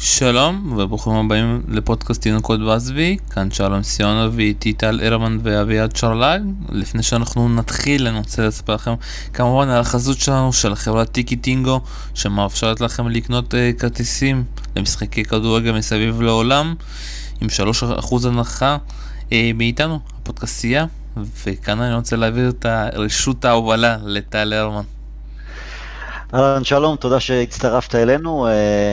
שלום וברוכים הבאים לפודקאסט תינוקות בעזבי, כאן שלום סיונו ואיתי טל הרמן ואביעד שרלג. לפני שאנחנו נתחיל אני רוצה לספר לכם כמובן על החזות שלנו של חברת טיקטינגו שמאפשרת לכם לקנות כרטיסים למשחקי כדורגל מסביב לעולם עם 3% הנחה מאיתנו, הפודקאסטייה. וכאן אני רוצה להעביר את רשות ההובלה לטל הרמן. אהלן, שלום, תודה שהצטרפת אלינו.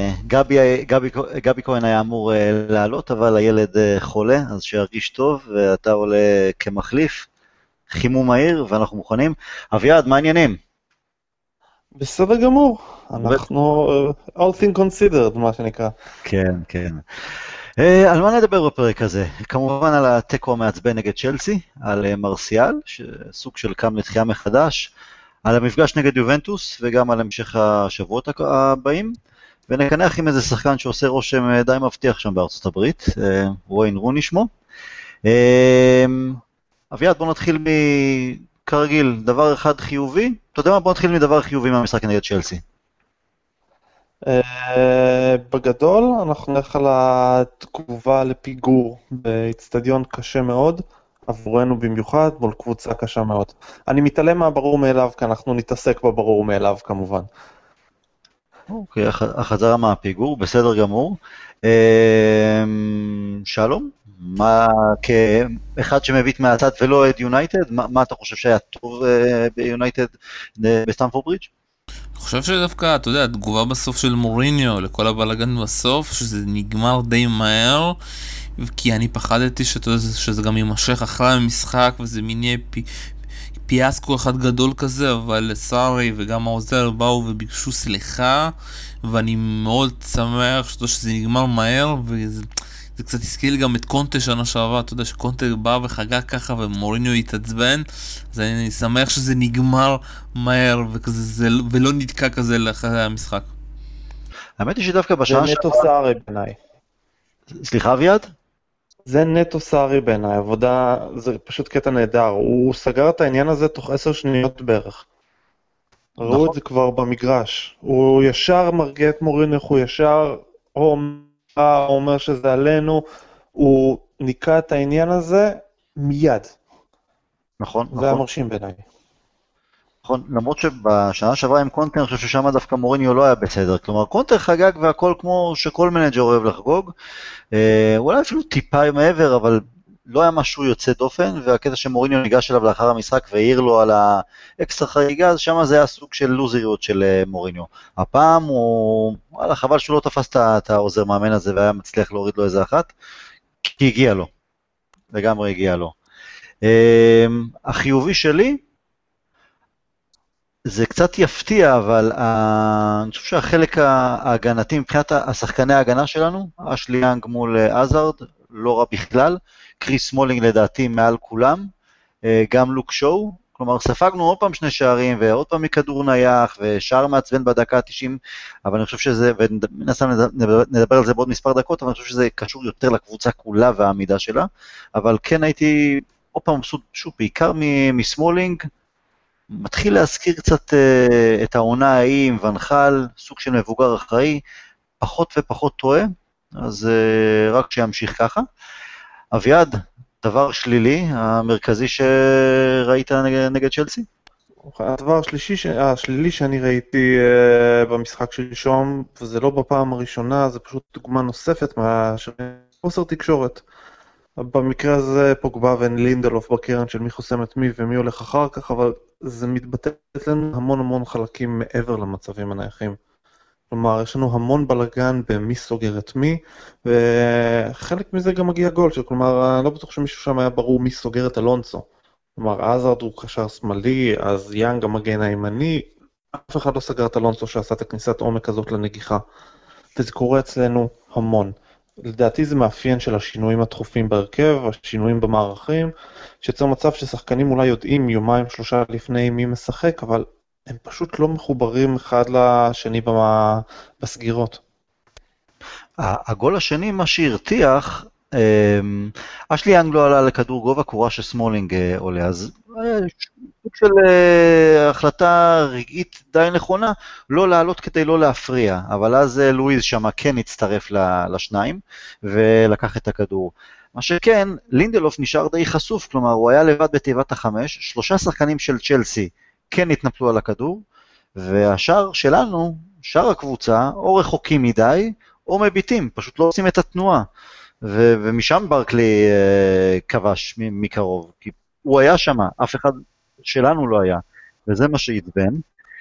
גבי כהן היה אמור לעלות, אבל הילד חולה, אז שירגיש טוב, ואתה עולה כמחליף, חימום מהיר, ואנחנו מוכנים. אביעד, מה העניינים? בסדר גמור, אנחנו all thing considered, מה שנקרא. כן, כן. על מה נדבר בפרק הזה? כמובן על הטקו המעצבן נגד צ'לסי, על מרסיאל, סוג של קם לתחייה מחדש, על המפגש נגד יובנטוס וגם על המשך השבועות הבאים, ונקנח עם איזה שחקן שעושה רושם די מבטיח שם בארצות הברית, וויין רוני שמו. אביעד, בוא נתחיל כרגיל, דבר אחד חיובי. אתה יודע מה? בוא נתחיל מדבר חיובי מהמשחק נגד צ'לסי. בגדול אנחנו נלך על התגובה לפיגור באצטדיון קשה מאוד, עבורנו במיוחד, מול קבוצה קשה מאוד. אני מתעלם מהברור מאליו, כי אנחנו נתעסק בברור מאליו כמובן. אוקיי, החזרה מהפיגור, בסדר גמור. שלום, כאחד שמביט מהצד ולא אוהד יונייטד, מה אתה חושב שהיה טוב ביונייטד בסטמפורד ברידג'? אני חושב שדווקא, אתה יודע, התגובה בסוף של מוריניו לכל הבלגן בסוף, שזה נגמר די מהר, כי אני פחדתי שזה גם יימשך אחרי המשחק וזה מין יהיה פיאסקו אחד גדול כזה, אבל סארי וגם העוזר באו וביקשו סליחה, ואני מאוד שמח שזה נגמר מהר, וזה קצת הזכיר גם את קונטה שנה שעברה, אתה יודע שקונטה בא וחגג ככה ומוריניו התעצבן, אז אני שמח שזה נגמר מהר וכזה, ולא נתקע כזה לאחרי המשחק. האמת היא שדווקא בשנה זה נטו סארי בעיניי. סליחה אביעד? זה נטו סארי בעיניי, עבודה, זה פשוט קטע נהדר, הוא סגר את העניין הזה תוך 10 שניות בערך. ראו את זה כבר במגרש, הוא ישר מרגיע את מוריניו, הוא ישר אומר שזה עלינו, הוא ניקה את העניין הזה מיד. נכון, זה היה מרשים בעיניי. נכון, למרות שבשנה שעברה עם קונטה, אני חושב ששם דווקא מוריניו לא היה בסדר, כלומר קונטה חגג והכל כמו שכל מנג'ר אוהב לחגוג, אולי אפילו טיפה מעבר, אבל לא היה משהו יוצא דופן, והקטע שמוריניו ניגש אליו לאחר המשחק והעיר לו על האקסטרה חגיגה, אז שם זה היה סוג של לוזריות של מוריניו. הפעם וואלה, חבל שהוא לא תפס את העוזר מאמן הזה והיה מצליח להוריד לו איזה אחת, כי הגיע לו, לגמרי הגיע לו. החיובי שלי, זה קצת יפתיע, אבל אני חושב שהחלק ההגנתי מבחינת השחקני ההגנה שלנו, אשלי יאנג מול עזארד, לא רע בכלל, קריס סמולינג לדעתי מעל כולם, גם לוק שואו, כלומר ספגנו עוד פעם 2 שערים, ועוד פעם מכדור נייח, ושער מעצבן בדקה ה-90, אבל אני חושב שזה, וננסה נדבר על זה בעוד מספר דקות, אבל אני חושב שזה קשור יותר לקבוצה כולה והעמידה שלה, אבל כן הייתי עוד פעם שוב בעיקר מסמולינג, מתחיל להזכיר קצת את העונה ההיא עם ונחל, סוג של מבוגר אחראי, פחות ופחות טועה, אז רק שימשיך ככה. אביעד, דבר שלילי, המרכזי שראית נגד צ'לסי? הדבר השלילי שאני ראיתי במשחק שלשום, וזה לא בפעם הראשונה, זה פשוט דוגמה נוספת חוסר תקשורת. במקרה הזה פוגבה ולינדלוף בקרן של מי חוסם את מי ומי הולך אחר כך, אבל זה מתבטא אצלנו המון חלקים מעבר למצבים הנייחים. כלומר, יש לנו המון בלגן במי סוגר את מי, וחלק מזה גם מגיע גול, כלומר, אני לא בטוח שמישהו שם היה ברור מי סוגר את אלונסו. כלומר, עזרד הוא קשר שמאלי, אז יאנג המגן הימני, אף אחד לא סגר את אלונסו שעשה את הכניסת עומק הזאת לנגיחה. וזה קורה אצלנו המון. לדעתי זה מאפיין של השינויים התכופים בהרכב, השינויים במערכים, שיוצר מצב ששחקנים אולי יודעים 2-3 לפני מי משחק, אבל הם פשוט לא מחוברים אחד לשני בסגירות. הגול השני, מה שהרתיח, אשלי יאנג לא עלה לכדור גובה, קורה שסמולינג עולה, אז של החלטה רגעית די נכונה, לא לעלות כדי לא להפריע, אבל אז לואיז שמה כן הצטרף לשניים, ולקח את הכדור. מה שכן, לינדלוף נשאר די חשוף, כלומר הוא היה לבד בתיבת החמש, 3 שחקנים של צ'לסי כן התנפלו על הכדור, והשאר שלנו, שאר הקבוצה, או רחוקים מדי, או מביטים, פשוט לא עושים את התנועה. ומשם ברקלי כבש מקרוב, כי הוא היה שם, אף אחד שלנו לא היה, וזה מה שעצבן.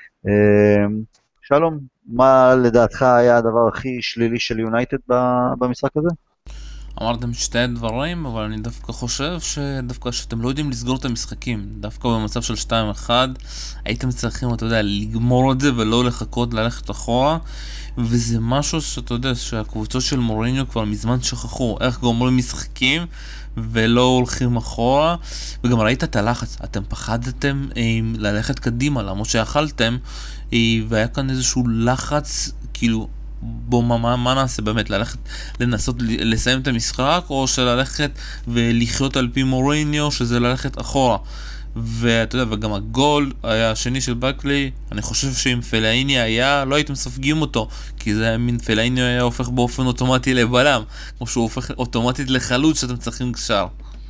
שלום, מה לדעתך היה הדבר הכי שלילי של יונייטד במשחק הזה? אמרתם שתי דברים, אבל אני דווקא חושב שדווקא שאתם לא יודעים לסגור את המשחקים. דווקא במצב של 2-1, הייתם צריכים, אתה יודע, לגמור את זה ולא לחכות ללכת אחורה. וזה משהו שאתה יודע, שהקבוצות של מוריניו כבר מזמן שכחו איך גומרים משחקים ולא הולכים אחורה. וגם ראית את הלחץ, אתם פחדתם ללכת קדימה, למרות שאכלתם, והיה כאן איזשהו לחץ, כאילו, בוא, מה נעשה באמת? ללכת, לנסות לסיים את המשחק, או שללכת ולחיות על פי מוריניו, שזה ללכת אחורה. ואתה יודע, וגם הגול היה השני של ברקלי, אני חושב שאם פלאיני היה, לא הייתם סופגים אותו, כי זה היה מין פלאיני היה הופך באופן אוטומטי לבלם, כמו שהוא הופך אוטומטית לחלוץ שאתם צריכים קשר.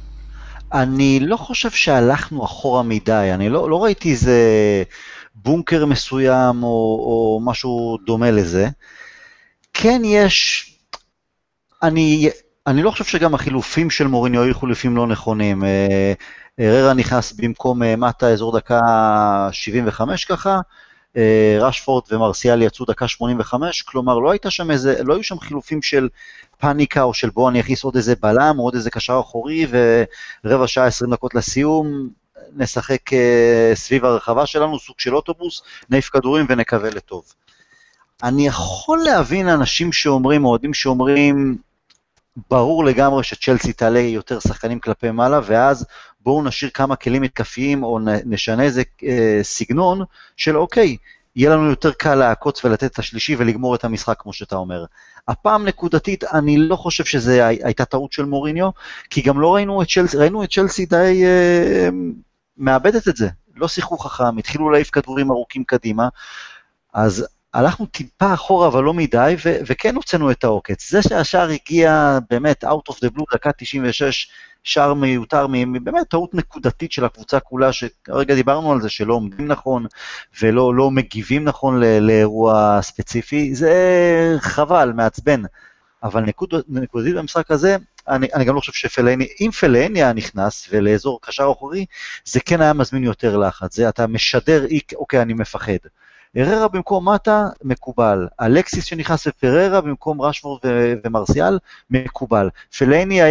אני לא חושב שהלכנו אחורה מדי, אני לא ראיתי איזה בונקר מסוים או משהו דומה לזה. כן יש, אני לא חושב שגם החילופים של מוריניו היו חילופים לא נכונים. הררה נכנס במקום מטה אזור דקה 75 ככה, רשפורד ומרסיאל יצאו דקה 85, כלומר לא היו שם חילופים של פאניקה או של בוא אני אכניס עוד איזה בלם או עוד איזה קשר אחורי ורבע שעה 20 דקות לסיום נשחק סביב הרחבה שלנו, סוג של אוטובוס, נעיף כדורים ונקווה לטוב. אני יכול להבין אנשים שאומרים, אוהדים שאומרים, ברור לגמרי שצ'לסי תעלה יותר שחקנים כלפי מעלה, ואז בואו נשאיר כמה כלים מתקפיים, או נשנה איזה סגנון של אוקיי, יהיה לנו יותר קל לעקוץ ולתת את השלישי ולגמור את המשחק כמו שאתה אומר. הפעם נקודתית, אני לא חושב שזה הייתה טעות של מוריניו, כי גם לא ראינו את צ'לסי די מאבדת את זה. לא שיחקו חכם, התחילו להעיף כדורים ארוכים קדימה, אז הלכנו טיפה אחורה אבל לא מדי, וכן הוצאנו את העוקץ. זה שהשער הגיע באמת out of the blue, דקה 96, שער מיותר, באמת טעות נקודתית של הקבוצה כולה, שרגע דיברנו על זה שלא עומדים נכון, ולא מגיבים נכון לאירוע ספציפי, זה חבל, מעצבן. אבל נקודתית במשחק הזה, אני גם לא חושב שפלאיני, אם פלאיני היה נכנס ולאזור קשר אחורי, זה כן היה מזמין יותר לחץ, זה אתה משדר, אוקיי, אני מפחד. הררה במקום מטה, מקובל. אלקסיס שנכנס לפררה במקום רשפורד ומרסיאל, מקובל. פלאיני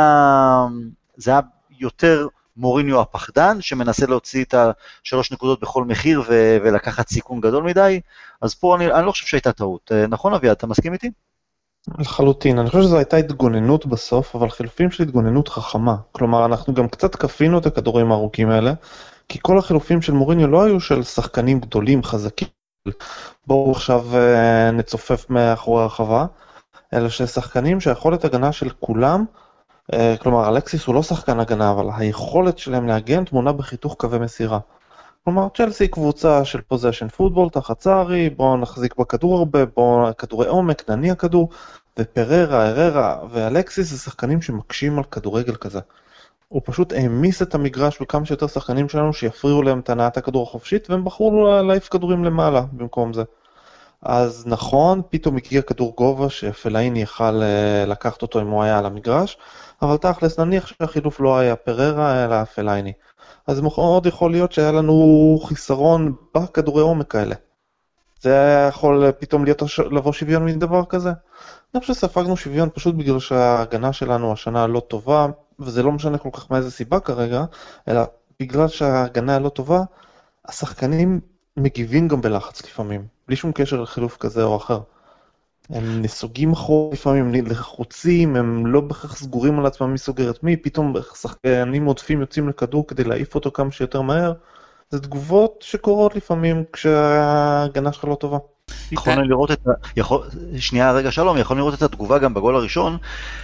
זה היה יותר מוריניו הפחדן, שמנסה להוציא את 3 נקודות בכל מחיר ולקחת סיכון גדול מדי, אז פה אני לא חושב שהייתה טעות. נכון אביעד, אתה מסכים איתי? לחלוטין, אני חושב שזו הייתה התגוננות בסוף, אבל חילופים של התגוננות חכמה. כלומר, אנחנו גם קצת כפינו את הכדורים הארוכים האלה, כי כל החילופים של מוריניו לא היו של שחקנים גדולים, חזקים, בואו עכשיו נצופף מאחורי הרחבה, אלא ששחקנים שהיכולת הגנה של כולם, כלומר אלקסיס הוא לא שחקן הגנה, אבל היכולת שלהם להגן תמונה בחיתוך קווי מסירה. כלומר צ'לסי קבוצה של פוזיישן פוטבול תחת צערי, בואו נחזיק בכדור הרבה, בואו כדורי עומק, נניע כדור, ופררה, הררה ואלקסיס זה שחקנים שמקשים על כדורגל כזה. הוא פשוט העמיס את המגרש בכמה שיותר שחקנים שלנו שיפריעו להם את הנעת הכדור החופשית, והם בחרו להעיף כדורים למעלה במקום זה. אז נכון, פתאום הגיע כדור גובה שפלאיני יכל לקחת אותו אם הוא היה על המגרש, אבל תכלס נניח שהחילוף לא היה פררה אלא פלאיני. אז מאוד יכול להיות שהיה לנו חיסרון בכדורי עומק האלה. זה היה יכול פתאום לבוא שוויון מדבר כזה. אני חושב שספגנו שוויון פשוט בגלל שההגנה שלנו השנה לא טובה, וזה לא משנה כל כך מאיזה סיבה כרגע, אלא בגלל שההגנה לא טובה, השחקנים מגיבים גם בלחץ לפעמים, בלי שום קשר לחילוף כזה או אחר. הם נסוגים אחורה לפעמים, הם לחוצים, הם לא בכך סגורים על עצמם מי סוגר את מי, פתאום שחקנים עודפים יוצאים לכדור כדי להעיף אותו כמה שיותר מהר. זה תגובות שקורות לפעמים כשההגנה שלך לא טובה. יכולנו לראות שנייה רגע שלום, יכולנו לראות את התגובה גם בגול הראשון,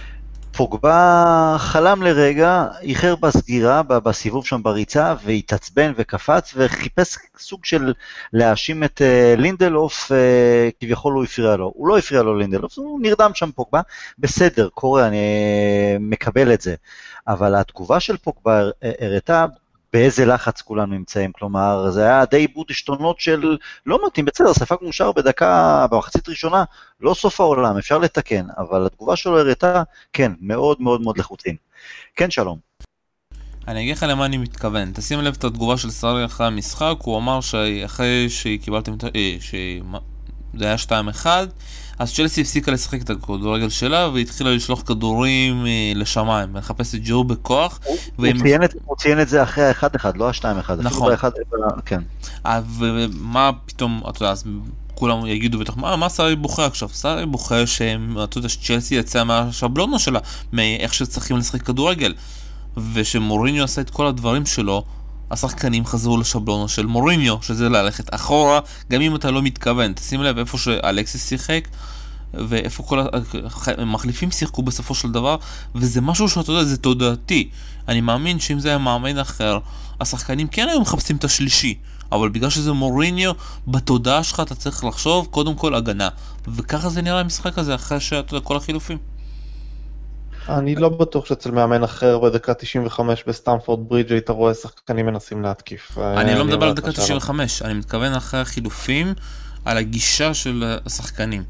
פוגבה חלם לרגע, איחר בסגירה, בסיבוב שם בריצה, והתעצבן וקפץ, וחיפש סוג של להאשים את לינדלוף, כביכול הוא הפריע לו. הוא לא הפריע לו לינדלוף, הוא נרדם שם פוגבה, בסדר, קורה, אני מקבל את זה. אבל התגובה של פוגבה הראתה באיזה לחץ כולנו נמצאים, כלומר, זה היה די עיבוד עשתונות של לא מתאים, בסדר, ספק מאושר בדקה, במחצית ראשונה, לא סוף העולם, אפשר לתקן, אבל התגובה שלו הראתה, כן, מאוד מאוד מאוד לחוצים. כן, שלום. אני אגיד לך למה אני מתכוון. תשים לב את התגובה של סארי אחרי המשחק, הוא אמר שאחרי שקיבלתם, זה היה 2-1, אז צ'לסי הפסיקה לשחק את הכדורגל שלה, והתחילה לשלוח כדורים לשמיים, לחפש את ג'ו בכוח. הוא ציין את זה אחרי ה-1-1, לא ה-2-1. נכון. כן. ומה פתאום, אתה יודע, אז כולם יגידו בטח, מה סארי בוכה עכשיו? סארי בוכה שצ'לסי יצא מהשבלונה שלה, מאיך שצריכים לשחק כדורגל. ושמוריניו עשה את כל הדברים שלו, השחקנים חזרו לשבלונה של מוריניו, שזה ללכת אחורה, גם אם אתה לא מתכוון. תשים לב איפה שאלקסיס שיחק, ואיפה כל המחליפים שיחקו בסופו של דבר, וזה משהו שאתה יודע, זה תודעתי. אני מאמין שאם זה היה מאמן אחר, השחקנים כן היו מחפשים את השלישי, אבל בגלל שזה מוריניו, בתודעה שלך אתה צריך לחשוב קודם כל הגנה, וככה זה נראה המשחק הזה אחרי שאתה יודע, כל החילופים. אני לא בטוח שאצל מאמן אחר בדקה 95 בסטמפורד ברידג' היית רואה שחקנים מנסים להתקיף. אני לא מדבר על דקה 95, אני מתכוון אחרי החילופים על הגישה של השחקנים.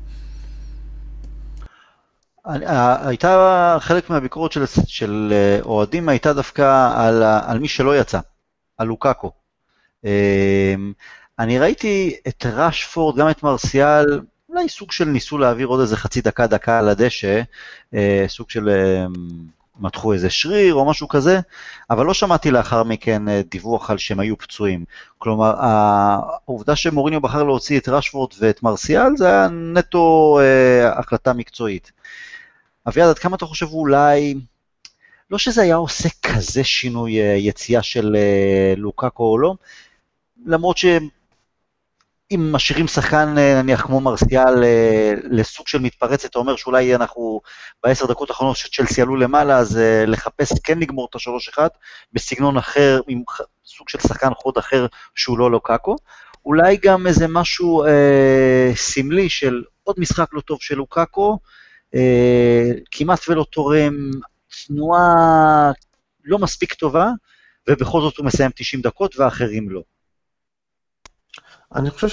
הייתה חלק מהביקורת של אוהדים הייתה דווקא על מי שלא יצא, על לוקאקו. אני ראיתי את רשפורד, גם את מרסיאל, אולי סוג של ניסו להעביר עוד איזה חצי דקה על הדשא, סוג של מתחו איזה שריר או משהו כזה, אבל לא שמעתי לאחר מכן דיווח על שהם היו פצועים. כלומר, העובדה שמוריניו בחר להוציא את רשפורד ואת מרסיאל, זה היה נטו החלטה מקצועית. אביעד, עד כמה אתה חושב אולי, לא שזה היה עושה כזה שינוי יציאה של לוקאקו או לא, למרות אם משאירים שחקן נניח כמו מרסיאל לסוג של מתפרצת, אתה אומר שאולי אנחנו ב10 דקות האחרונות שצ'לסי עלו למעלה, אז לחפש כן לגמור את ה3-1 בסגנון אחר, עם סוג של שחקן חוד אחר שהוא לא לוקאקו, אולי גם איזה משהו סמלי של עוד משחק לא טוב של לוקאקו, כמעט ולא תורם, תנועה לא מספיק טובה, ובכל זאת הוא מסיים 90 דקות ואחרים לא. אני חושב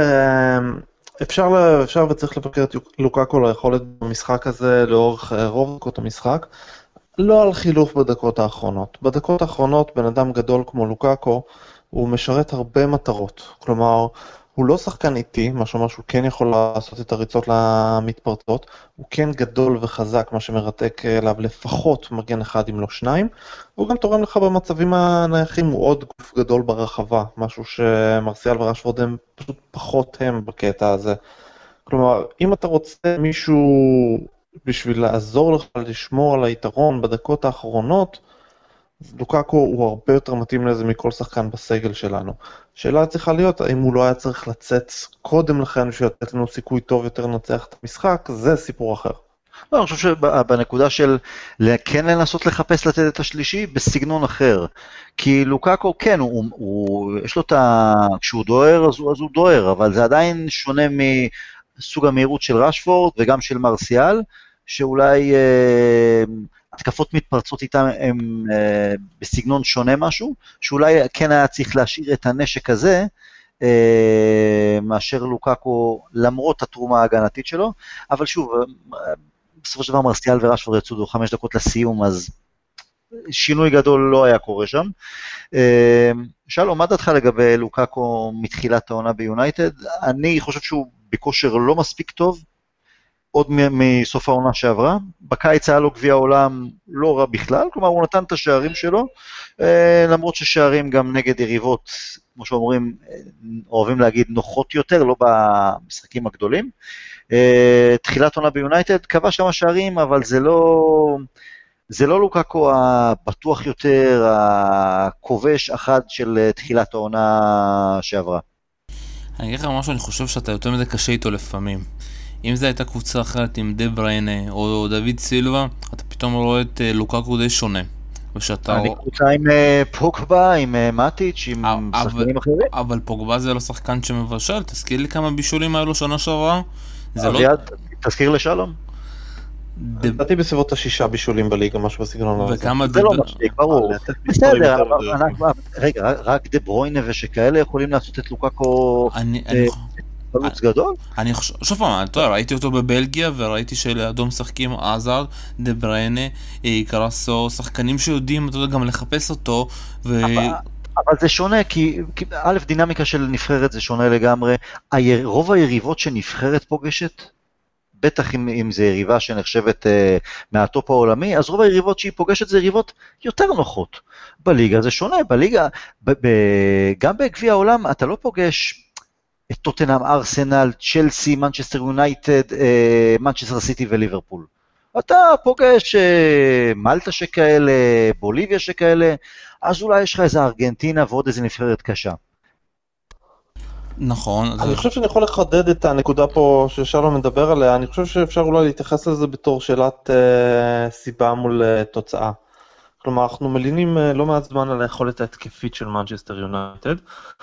שאפשר וצריך לבקר את לוקאקו ליכולת במשחק הזה לאורך רוב דקות המשחק, לא על חילוף בדקות האחרונות. בדקות האחרונות בן אדם גדול כמו לוקאקו הוא משרת הרבה מטרות, כלומר הוא לא שחקן איטי, מה שאומר שהוא כן יכול לעשות את הריצות למתפרצות, הוא כן גדול וחזק, מה שמרתק אליו לפחות מגן אחד אם לא שניים, הוא גם תורם לך במצבים הנייחים, הוא עוד גוף גדול ברחבה, משהו שמרסיאל ורשפורד הם פשוט פחות הם בקטע הזה. כלומר, אם אתה רוצה מישהו בשביל לעזור לך לשמור על היתרון בדקות האחרונות, לוקאקו הוא הרבה יותר מתאים לזה מכל שחקן בסגל שלנו. שאלה צריכה להיות, האם הוא לא היה צריך לצאת קודם לכן שיתת לנו סיכוי טוב יותר לנצח את המשחק, זה סיפור אחר. לא, אני חושב שבנקודה של כן לנסות לחפש לתת את השלישי בסגנון אחר, כי לוקאקו כן, יש לו כשהוא דוהר אז הוא דוהר, אבל זה עדיין שונה מסוג המהירות של רשפורד וגם של מרסיאל, שאולי התקפות מתפרצות איתם הם בסגנון שונה משהו, שאולי כן היה צריך להשאיר את הנשק הזה, מאשר לוקאקו למרות התרומה ההגנתית שלו, אבל שוב, בסופו של דבר מרסיאל ורשפורד יצאו 5 דקות לסיום, אז שינוי גדול לא היה קורה שם. שלום, מה דעתך לגבי לוקאקו מתחילת העונה ביונייטד? אני חושב שהוא בכושר לא מספיק טוב, עוד מסוף העונה שעברה, בקיץ היה לו גביע העולם לא רע בכלל, כלומר הוא נתן את השערים שלו, למרות ששערים גם נגד יריבות, כמו שאומרים, אוהבים להגיד נוחות יותר, לא במשחקים הגדולים. תחילת עונה ביונייטד, כבש כמה שערים, אבל זה לא לוקאקו הבטוח יותר, הכובש אחד של תחילת העונה שעברה. אני אגיד לך משהו, אני חושב שאתה יותר מדי קשה איתו לפעמים. אם זו הייתה קבוצה אחרת עם דה בריינה או דוד סילבה, אתה פתאום רואה את לוקאקו די שונה. אני קבוצה עם פוגבה, עם מאטיץ', עם שחקנים אחרים. אבל פוגבה זה לא שחקן שמבשל, תזכיר לי כמה בישולים היו לו שנה שעברה. אביעד, תזכיר לשלום. נתתי בסביבות 6 בישולים בליגה, משהו בסגנון הזה. זה לא מספיק, ברור. בסדר, רגע, רק דה ברוינה ושכאלה יכולים לעשות את לוקאקו חלוץ גדול? אני חושב פעם, ראיתי אותו בבלגיה וראיתי שלידו משחקים עזארד, דה בריינה, קרסו, שחקנים שיודעים, אתה יודע, גם לחפש אותו. אבל זה שונה, כי א', דינמיקה של נבחרת זה שונה לגמרי. רוב היריבות שנבחרת פוגשת, בטח אם זה יריבה שנחשבת מהטופ העולמי, אז רוב היריבות שהיא פוגשת זה יריבות יותר נוחות. בליגה זה שונה, בליגה, גם בגביע העולם אתה לא פוגש את טוטנהאם, ארסנל, צ'לסי, מנצ'סטר יונייטד, מנצ'סטר סיטי וליברפול. אתה פוגש מלטה שכאלה, בוליביה שכאלה, אז אולי יש לך איזה ארגנטינה ועוד איזה נבחרת קשה. נכון. אני חושב שאני יכול לחדד את הנקודה פה ששלום מדבר עליה, אני חושב שאפשר אולי להתייחס לזה בתור שאלת סיבה מול תוצאה. כלומר, אנחנו מלינים לא מעט זמן על היכולת ההתקפית של מנצ'סטר יונייטד,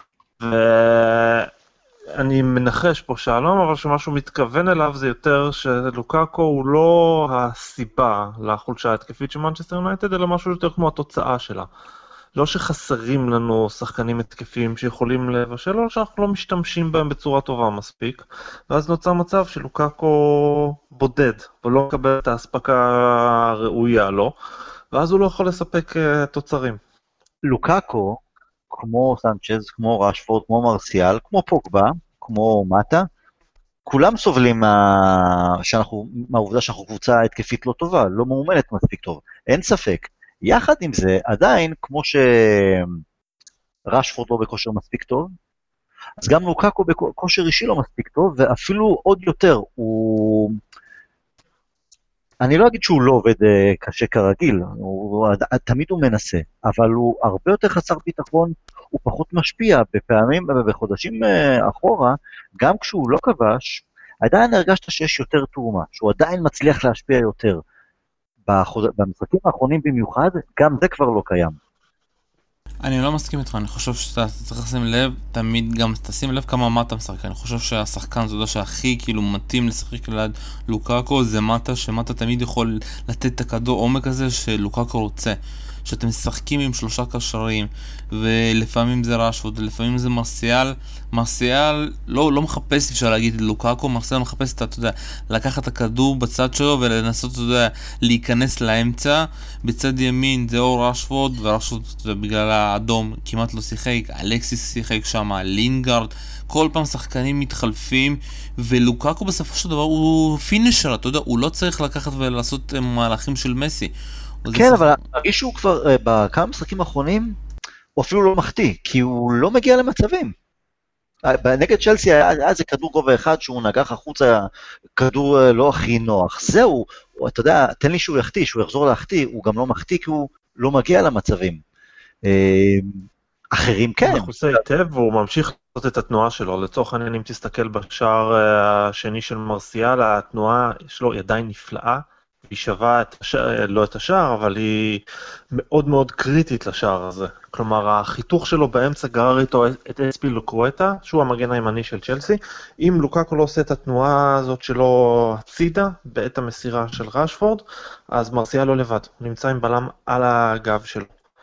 ואני מנחש פה שלום, אבל שמשהו מתכוון אליו זה יותר שלוקאקו הוא לא הסיבה לחולשה ההתקפית של מנצ'סטר יונייטד, אלא משהו יותר כמו התוצאה שלה. לא שחסרים לנו שחקנים התקפיים שיכולים לבשל, או שאנחנו לא משתמשים בהם בצורה טובה מספיק, ואז נוצר מצב שלוקאקו בודד, ולא מקבל את ההספקה הראויה לו, ואז הוא לא יכול לספק תוצרים. לוקאקו, כמו סנצ'ז, כמו רשפורד, כמו מרסיאל, כמו פוגבה, כמו מטה, כולם סובלים מהעובדה שאנחנו קבוצה התקפית לא טובה, לא מאומנת מספיק טוב, אין ספק. יחד עם זה, עדיין, כמו שרשפורד לא בכושר מספיק טוב, אז גם לוקאקו בכושר אישי לא מספיק טוב, ואפילו עוד יותר, אני לא אגיד שהוא לא עובד קשה כרגיל, תמיד הוא מנסה, אבל הוא הרבה יותר חסר ביטחון, הוא פחות משפיע, בפעמים ובחודשים אחורה, גם כשהוא לא כבש, עדיין הרגשת שיש יותר תרומה, שהוא עדיין מצליח להשפיע יותר, במשחקים האחרונים במיוחד, גם זה כבר לא קיים. אני לא מסכים איתך, אני חושב שאתה צריך לשים לב, תמיד גם תשים לב כמה מטה משחק, אני חושב שהשחקן זה יודע שהכי כאילו מתאים לשחק ליד לוקאקו, זה מטה, שמטה תמיד יכול לתת את הכדור עומק הזה שלוקאקו רוצה, שאתם משחקים עם 3 קשרים, ולפעמים זה רשפורד, לפעמים זה מרסיאל לא מחפש, אפשר להגיד לוקאקו, מרסיאל מחפש את, אתה יודע, לקחת את הכדור בצד שלו ולנסות, אתה יודע, להיכנס לאמצע, בצד ימין זה או רשפורד, ורשפורד, אתה יודע, בגלל האדום כמעט לא שיחק, אלקסיס שיחק שם, לינגארד, כל פעם שחקנים מתחלפים, ולוקאקו בסופו של דבר הוא פינישר, אתה יודע, הוא לא צריך לקחת ולעשות מהלכים של מסי. כן, אבל הרגיש שהוא כבר בכמה משחקים האחרונים, הוא אפילו לא מחטיא, כי הוא לא מגיע למצבים. נגד צ'לסי היה איזה כדור גובה אחד שהוא נגח החוצה, כדור לא הכי נוח. זהו, אתה יודע, תן לי שהוא יחטיא, שהוא יחזור להחטיא, הוא גם לא מחטיא כי הוא לא מגיע למצבים. אחרים כן. הוא עושה היטב והוא ממשיך לעשות את התנועה שלו. לצורך העניין, אם תסתכל בשער השני של מרסיאל, התנועה שלו היא עדיין נפלאה. היא שווה לא את השער, אבל היא מאוד מאוד קריטית לשער הזה. כלומר, החיתוך שלו באמצע גרר איתו את אספיליקווטה, שהוא המגן הימני של צ'לסי. אם לוקאקו לא עושה את התנועה הזאת שלו הצידה, בעת המסירה של רשפורד, אז מרסיאל לא לבד. הוא נמצא עם בלם על הגב שלו.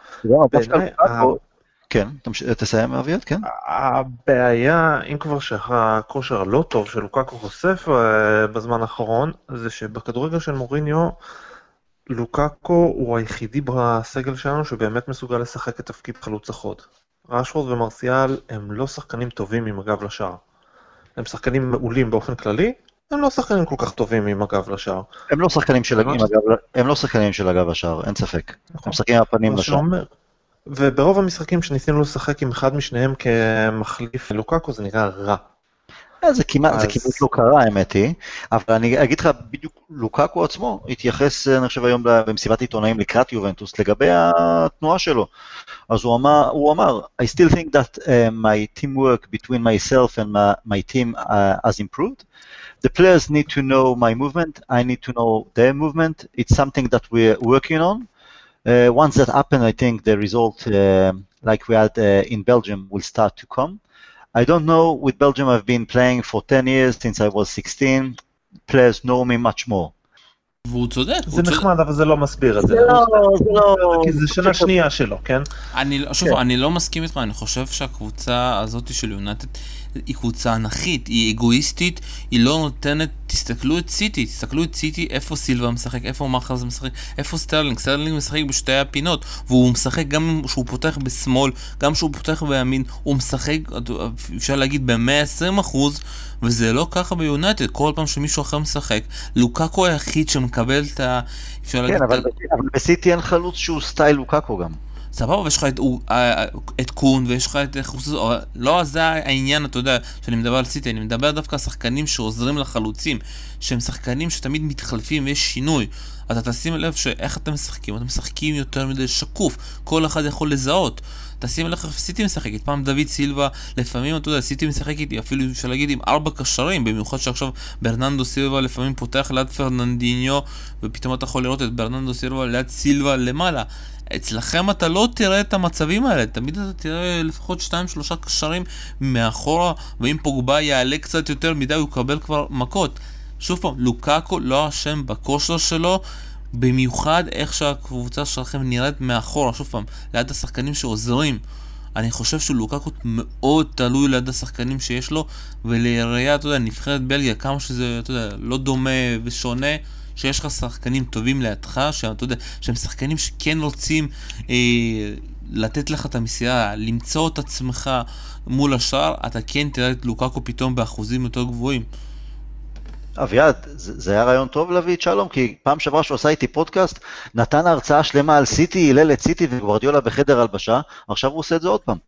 כן, תסיים אביעד, כן? הבעיה, אם כבר שהכושר הלא טוב של לוקאקו חושף בזמן האחרון, זה שבכדורגל של מוריניו, לוקאקו הוא היחידי בסגל שלנו שבאמת מסוגל לשחק את תפקיד חלוץ החוד. רשפורד ומרסיאל הם לא שחקנים טובים עם הגב לשער. הם שחקנים מעולים באופן כללי, הם לא שחקנים כל כך טובים עם הגב לשער. הם לא שחקנים של הגב לשער, אין ספק. הם שחקנים הפנים לשער. וברוב המשחקים שניסינו לשחק עם אחד משניהם כמחליף לוקאקו, זה נראה רע. זה כמעט לא קרה, האמת היא, אבל אני אגיד לך, בדיוק לוקאקו עצמו התייחס, אני חושב היום במסיבת עיתונאים לקראת יובנטוס, לגבי התנועה שלו. אז הוא אמר, I still think that my teamwork between myself and my team has improved. the players need to know my movement, I need to know their movement. It's something that we're working on. Once that happens, I think the result, like we had in Belgium, will start to come. I don't know, with Belgium I've been playing for 10 years, since I was 16, players know me much more. והוא צודק. זה נחמד, אבל זה לא מסביר את זה. כי זה שנה שנייה שלו, כן? אני לא מסכים איתך, אני חושב שהקבוצה הזאת של יונייטד היא קבוצה אנכית, היא אגואיסטית, היא לא נותנת, תסתכלו את סיטי, איפה סילבה משחק, איפה מאחז משחק, איפה סטרלינג משחק בשתי הפינות, והוא משחק גם שהוא פותח בשמאל, גם שהוא פותח בימין, הוא משחק, אפשר להגיד ב-120%, וזה לא ככה ביונייטד, כל פעם שמישהו אחר משחק, לוקאקו היחיד שמקבל את ה... כן, אבל בסיטי אין חלוץ שהוא סטייל לוקאקו גם. סבבה, ויש לך את קון, ויש לך את חוסוס, לא, זה העניין, אתה יודע, שאני מדבר על סיטי, אני מדבר דווקא על שחקנים שעוזרים לחלוצים, שהם שחקנים שתמיד מתחלפים ויש שינוי. אתה תשים לב שאיך אתם משחקים, אתם משחקים יותר מדי שקוף, כל אחד יכול לזהות. תשים לב איך סיטי משחקת, פעם דוד סילבה, לפעמים, אתה יודע, סיטי משחקת, אפילו אפשר להגיד עם 4 קשרים, במיוחד שעכשיו ברננדו סילבה לפעמים פותח ליד פרננדיניו, ופתאום אתה יכול לראות את ברננדו סילבה ליד סילבה למעלה. אצלכם אתה לא תראה את המצבים האלה, תמיד אתה תראה לפחות 2-3 קשרים מאחורה, ואם פוגבה יעלה קצת יותר מדי הוא יקבל כבר מכות. שוב פעם, לוקאקו לא אשם בכושר שלו, במיוחד איך שהקבוצה שלכם נראית מאחורה, שוב פעם, ליד השחקנים שעוזרים. אני חושב שלוקאקו מאוד תלוי ליד השחקנים שיש לו, ולראיה, אתה יודע, נבחרת בלגיה, כמה שזה, אתה יודע, לא דומה ושונה, שיש לך שחקנים טובים לידך, שאתה יודע, שהם שחקנים שכן רוצים לתת לך את המסירה, למצוא את עצמך מול השאר, אתה כן תראה את לוקאקו פתאום באחוזים יותר גבוהים. אביעד, זה היה רעיון טוב להביא את שלום, כי פעם שעברה שהוא עשה איתי פודקאסט, נתן הרצאה שלמה על סיטי, הילל את סיטי וגוורדיולה בחדר הלבשה, עכשיו הוא עושה את זה עוד פעם.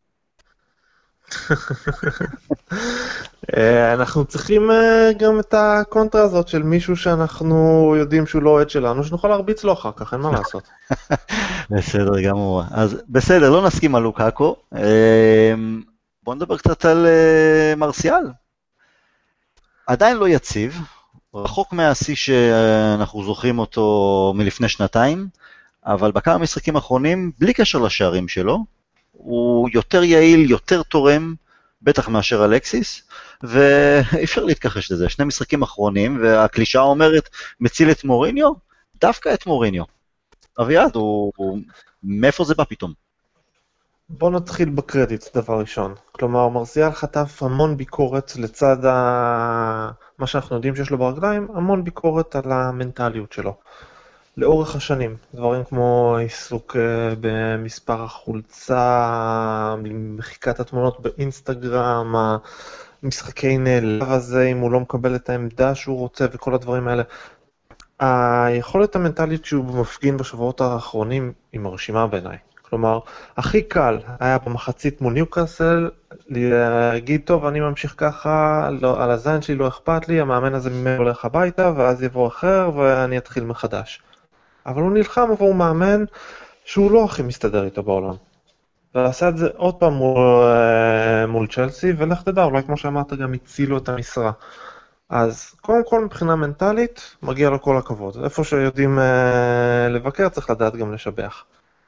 אנחנו צריכים גם את הקונטרה הזאת של מישהו שאנחנו יודעים שהוא לא אוהד שלנו, שנוכל להרביץ לו אחר כך, אין מה לעשות. בסדר גמור. אז בסדר, לא נסכים על לוקאקו. בוא נדבר קצת על מרסיאל. עדיין לא יציב, רחוק מהשיא שאנחנו זוכרים אותו מלפני שנתיים, אבל בכמה משחקים האחרונים, בלי קשר לשערים שלו, הוא יותר יעיל, יותר תורם, בטח מאשר אלקסיס, ואפשר להתכחש לזה. 2 משחקים אחרונים, והקלישה אומרת, מציל את מוריניו, דווקא את מוריניו. אביעד, מאיפה זה בא פתאום? בוא נתחיל בקרדיט, דבר ראשון. כלומר, מרסיאל חטף המון ביקורת לצד מה שאנחנו יודעים שיש לו ברגליים, המון ביקורת על המנטליות שלו. לאורך השנים, דברים כמו עיסוק במספר החולצה, מחיקת התמונות באינסטגרם, המשחקי נעלב הזה, אם הוא לא מקבל את העמדה שהוא רוצה וכל הדברים האלה. היכולת המנטלית שהוא מפגין בשבועות האחרונים היא מרשימה בעיניי. כלומר, הכי קל היה במחצית מול ניוקאסל להגיד, טוב, אני ממשיך ככה, לא, על הזין שלי לא אכפת לי, המאמן הזה ממנו הולך הביתה, ואז יבוא אחר ואני אתחיל מחדש. אבל הוא נלחם עבור מאמן שהוא לא הכי מסתדר איתו בעולם. ועשה את זה עוד פעם מול צ'לסי, ולך תדע, אולי כמו שאמרת גם הצילו את המשרה. אז קודם כל מבחינה מנטלית, מגיע לו כל הכבוד. איפה שיודעים לבקר צריך לדעת גם לשבח.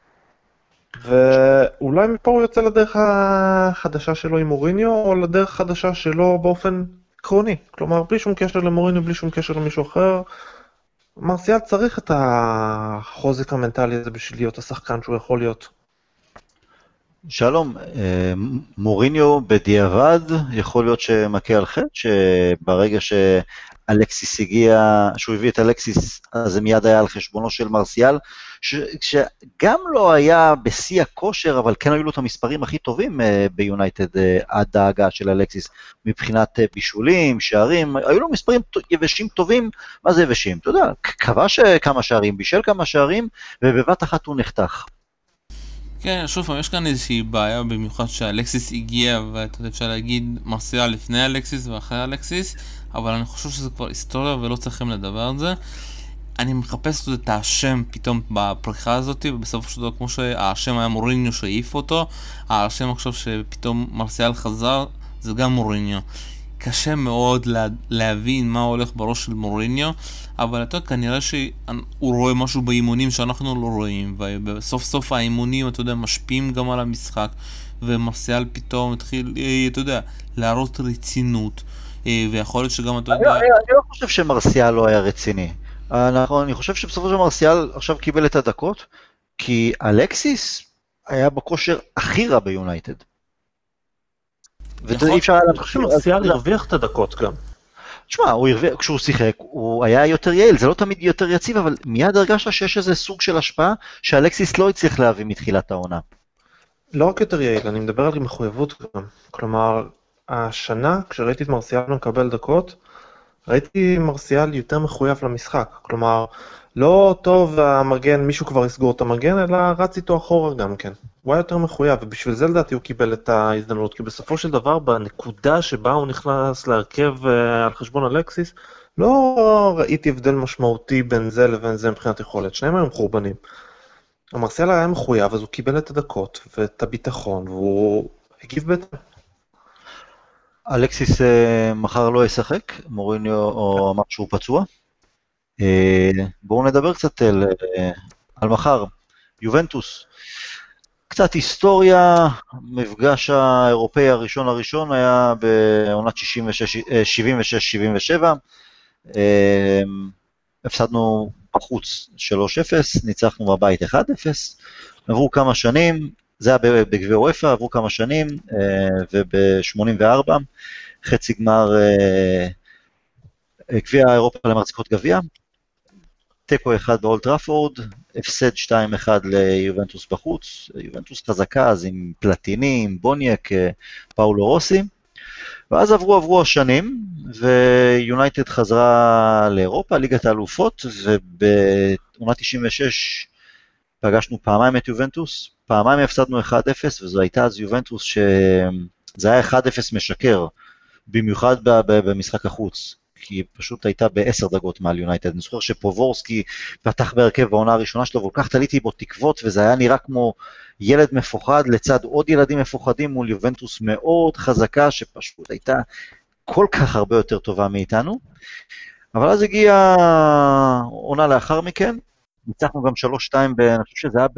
ואולי מפה הוא יוצא לדרך החדשה שלו עם מוריניו, או לדרך חדשה שלו באופן עקרוני. כלומר, בלי שום קשר למוריניו, בלי שום קשר למישהו אחר, מרסיאל צריך את החוזק המנטלי הזה בשביל להיות השחקן שהוא יכול להיות. שלום, מוריניו בדיעבד יכול להיות שמכה על חטא, שברגע שאלקסיס הגיע, שהוא הביא את אלקסיס, אז זה מיד היה על חשבונו של מרסיאל, שגם לא היה בשיא הכושר, אבל כן היו לו את המספרים הכי טובים ביונייטד עד ההגעה של אלקסיס, מבחינת בישולים, שערים, היו לו מספרים יבשים טובים. מה זה יבשים? אתה יודע, כבש כמה שערים, בישל כמה שערים, ובבת אחת הוא נחתך. כן, שוב פעם, יש כאן איזושהי בעיה, במיוחד שאלקסיס הגיע, ואתה יודע, אפשר להגיד מרסיאל לפני אלקסיס ואחרי אלקסיס, אבל אני חושב שזה כבר היסטוריה ולא צריכים לדבר על זה. אני מחפש את השם פתאום בפריחה הזאת, ובסופו של דבר, כמו שהשם היה מוריניו שהעיף אותו, השם עכשיו שפתאום מרסיאל חזר, זה גם מוריניו. קשה מאוד להבין מה הולך בראש של מוריניו, אבל אתה כנראה שהוא רואה משהו באימונים שאנחנו לא רואים, ובסוף סוף האימונים, אתה יודע, משפיעים גם על המשחק, ומרסיאל פתאום התחיל, אתה יודע, להראות רצינות, ויכול להיות שגם, אתה יודע... אני לא חושב שמרסיאל לא היה רציני. אני חושב שבסופו של מרסיאל עכשיו קיבל את הדקות, כי אלקסיס היה בכושר הכי רע ביונייטד. ואי אפשר... אני חושב שמרסיאל הרוויח את הדקות גם. תשמע, כשהוא שיחק, הוא היה יותר יעיל, זה לא תמיד יותר יציב, אבל מיד הרגשת שיש איזה סוג של השפעה שאלקסיס לא הצליח להביא מתחילת העונה. לא רק יותר יעיל, אני מדבר על מחויבות גם. כלומר, השנה, כשראיתי את מרסיאל מקבל דקות, ראיתי מרסיאל יותר מחויב למשחק. כלומר, לא טוב המגן, מישהו כבר יסגור את המגן, אלא רץ איתו אחורה גם כן. הוא היה יותר מחויב, ובשביל זה לדעתי הוא קיבל את ההזדמנות, כי בסופו של דבר, בנקודה שבה הוא נכנס להרכב על חשבון אלקסיס, לא ראיתי הבדל משמעותי בין זה לבין זה מבחינת יכולת. שניהם היו מחורבנים. המרסיאל היה מחויב, אז הוא קיבל את הדקות ואת הביטחון, והוא הגיב בהתאם. אלקסיס מחר לא ישחק, מוריניו אמר שהוא פצוע. בואו נדבר קצת על מחר. יובנטוס, קצת היסטוריה, מפגש האירופאי הראשון היה בעונת 76-77, הפסדנו בחוץ 3-0, ניצחנו בבית 1-0, עברו כמה שנים, זה היה בגביע אופ"א, עברו כמה שנים, וב-84, חצי גמר גביע אירופה למחזיקות גביע, תיקו 1 באולד טראפורד, הפסד 2-1 ליובנטוס בחוץ, יובנטוס חזקה, אז עם פלטיני, עם בוניאק, פאולו רוסי, ואז עברו השנים, ויונייטד חזרה לאירופה, ליגת האלופות, ובעונה 96 פגשנו פעמיים את יובנטוס, פעמיים הפסדנו 1-0, וזו הייתה אז יובנטוס שזה היה 1-0 משקר, במיוחד במשחק החוץ, כי היא פשוט הייתה ב10 דקות מעל יונייטד. אני זוכר שפובורסקי פתח בהרכב בעונה הראשונה שלו, וכל כך תליתי בו תקוות, וזה היה נראה כמו ילד מפוחד, לצד עוד ילדים מפוחדים מול יובנטוס מאוד חזקה, שפשוט הייתה כל כך הרבה יותר טובה מאיתנו. אבל אז הגיעה עונה לאחר מכן, ניצחנו גם 3-2, אני חושב שזה היה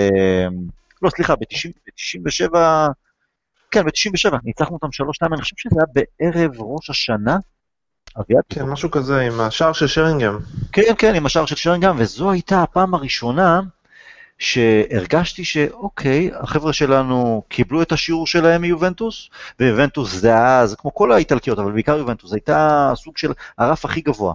לא, סליחה, ב-97, כן, ב-97, ניצחנו אותם 3-2, אני חושב שזה היה בערב ראש השנה, אביעד? כן, משהו כזה, עם השער של שרינגהם. כן, עם השער של שרינגהם, וזו הייתה הפעם הראשונה שהרגשתי שאוקיי, החבר'ה שלנו קיבלו את השיעור שלהם מיובנטוס, ויובנטוס זה היה, זה כמו כל האיטלקיות, אבל בעיקר יובנטוס, זה הייתה סוג של הרף הכי גבוה.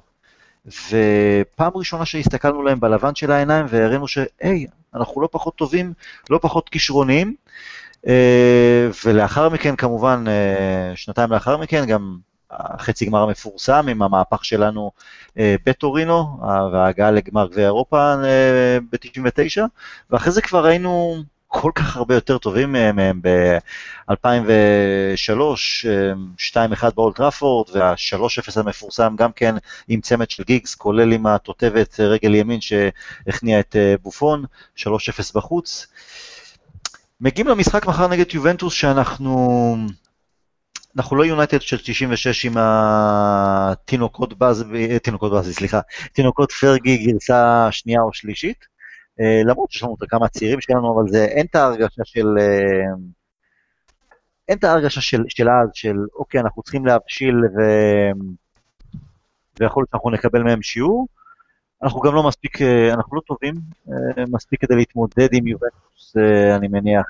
ופעם ראשונה שהסתכלנו להם בלבן של העיניים, והראינו שהי, אנחנו לא פחות טובים, לא פחות כישרוניים, ולאחר מכן כמובן, שנתיים לאחר מכן, גם החצי גמר המפורסם עם המהפך שלנו בטורינו, וההגעה לגמר גביע אירופה ב-99, ואחרי זה כבר היינו כל כך הרבה יותר טובים מהם ב-2003, 2-1 באולד טראפורד, וה-3-0 המפורסם גם כן עם צמד של גיגס, כולל עם התותבת רגל ימין שהכניע את בופון, 3-0 בחוץ. מגיעים למשחק מחר נגד יובנטוס שאנחנו לא יונייטד של 96 עם התינוקות פרגי גרסה שנייה או שלישית, למרות שיש לנו כמה צעירים שלנו, אבל זה אין את ההרגשה של אז, של אוקיי, אנחנו צריכים להבשיל ויכול להיות שאנחנו נקבל מהם שיעור, אנחנו גם לא מספיק, אנחנו לא טובים מספיק כדי להתמודד עם יובנטוס, אני מניח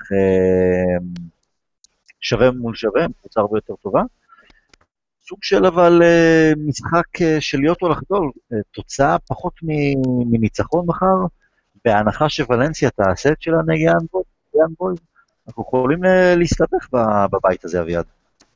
שווה מול שווה, קבוצה הרבה יותר טובה. סוג של אבל משחק של להיות או לחדול, תוצאה פחות מניצחון מחר, בהנחה שוולנסיה תעשה את שלה נגד יאן בויז, אנחנו יכולים להסתבך בבית הזה, אביעד.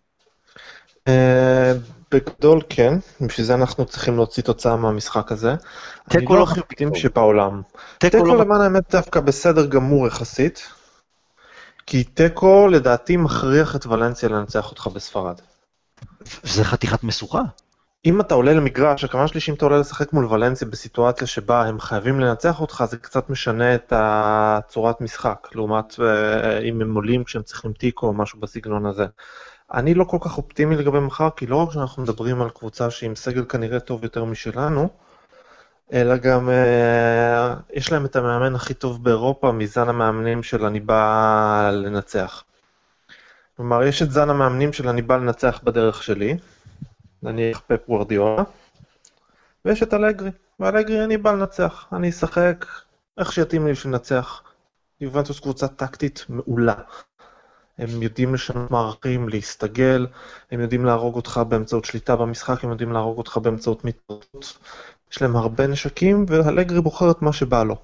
בגדול כן, בשביל זה אנחנו צריכים להוציא תוצאה מהמשחק הזה. אני לא הכי אופטימי שבעולם. תיקו למען האמת דווקא בסדר גמור יחסית, כי תיקו לדעתי מכריח את ולנסיה לנצח אותך בספרד. זה חתיכת משוכה. אם אתה עולה למגרש, הכמה שלישים אתה עולה לשחק מול ולנסיה בסיטואציה שבה הם חייבים לנצח אותך, זה קצת משנה את הצורת משחק, לעומת אם הם עולים כשהם צריכים תיקו או משהו בסגנון הזה. אני לא כל כך אופטימי לגבי מחר, כי לא רק שאנחנו מדברים על קבוצה שעם סגל כנראה טוב יותר משלנו, אלא גם יש להם את המאמן הכי טוב באירופה, מזן המאמנים של אני בא לנצח. כלומר, יש את זן המאמנים של אני בא לנצח בדרך שלי, נניח פפ גוארדיולה, ויש את אלגרי, ואלגרי אני בא לנצח, אני אשחק איך שיתאים לי לנצח. יובנטוס קבוצה טקטית מעולה. הם יודעים לשנות מערכים, להסתגל, הם יודעים להרוג אותך באמצעות שליטה במשחק, הם יודעים להרוג אותך באמצעות מתפרצות. יש להם הרבה נשקים, ואלגרי בוחר את מה שבא לו.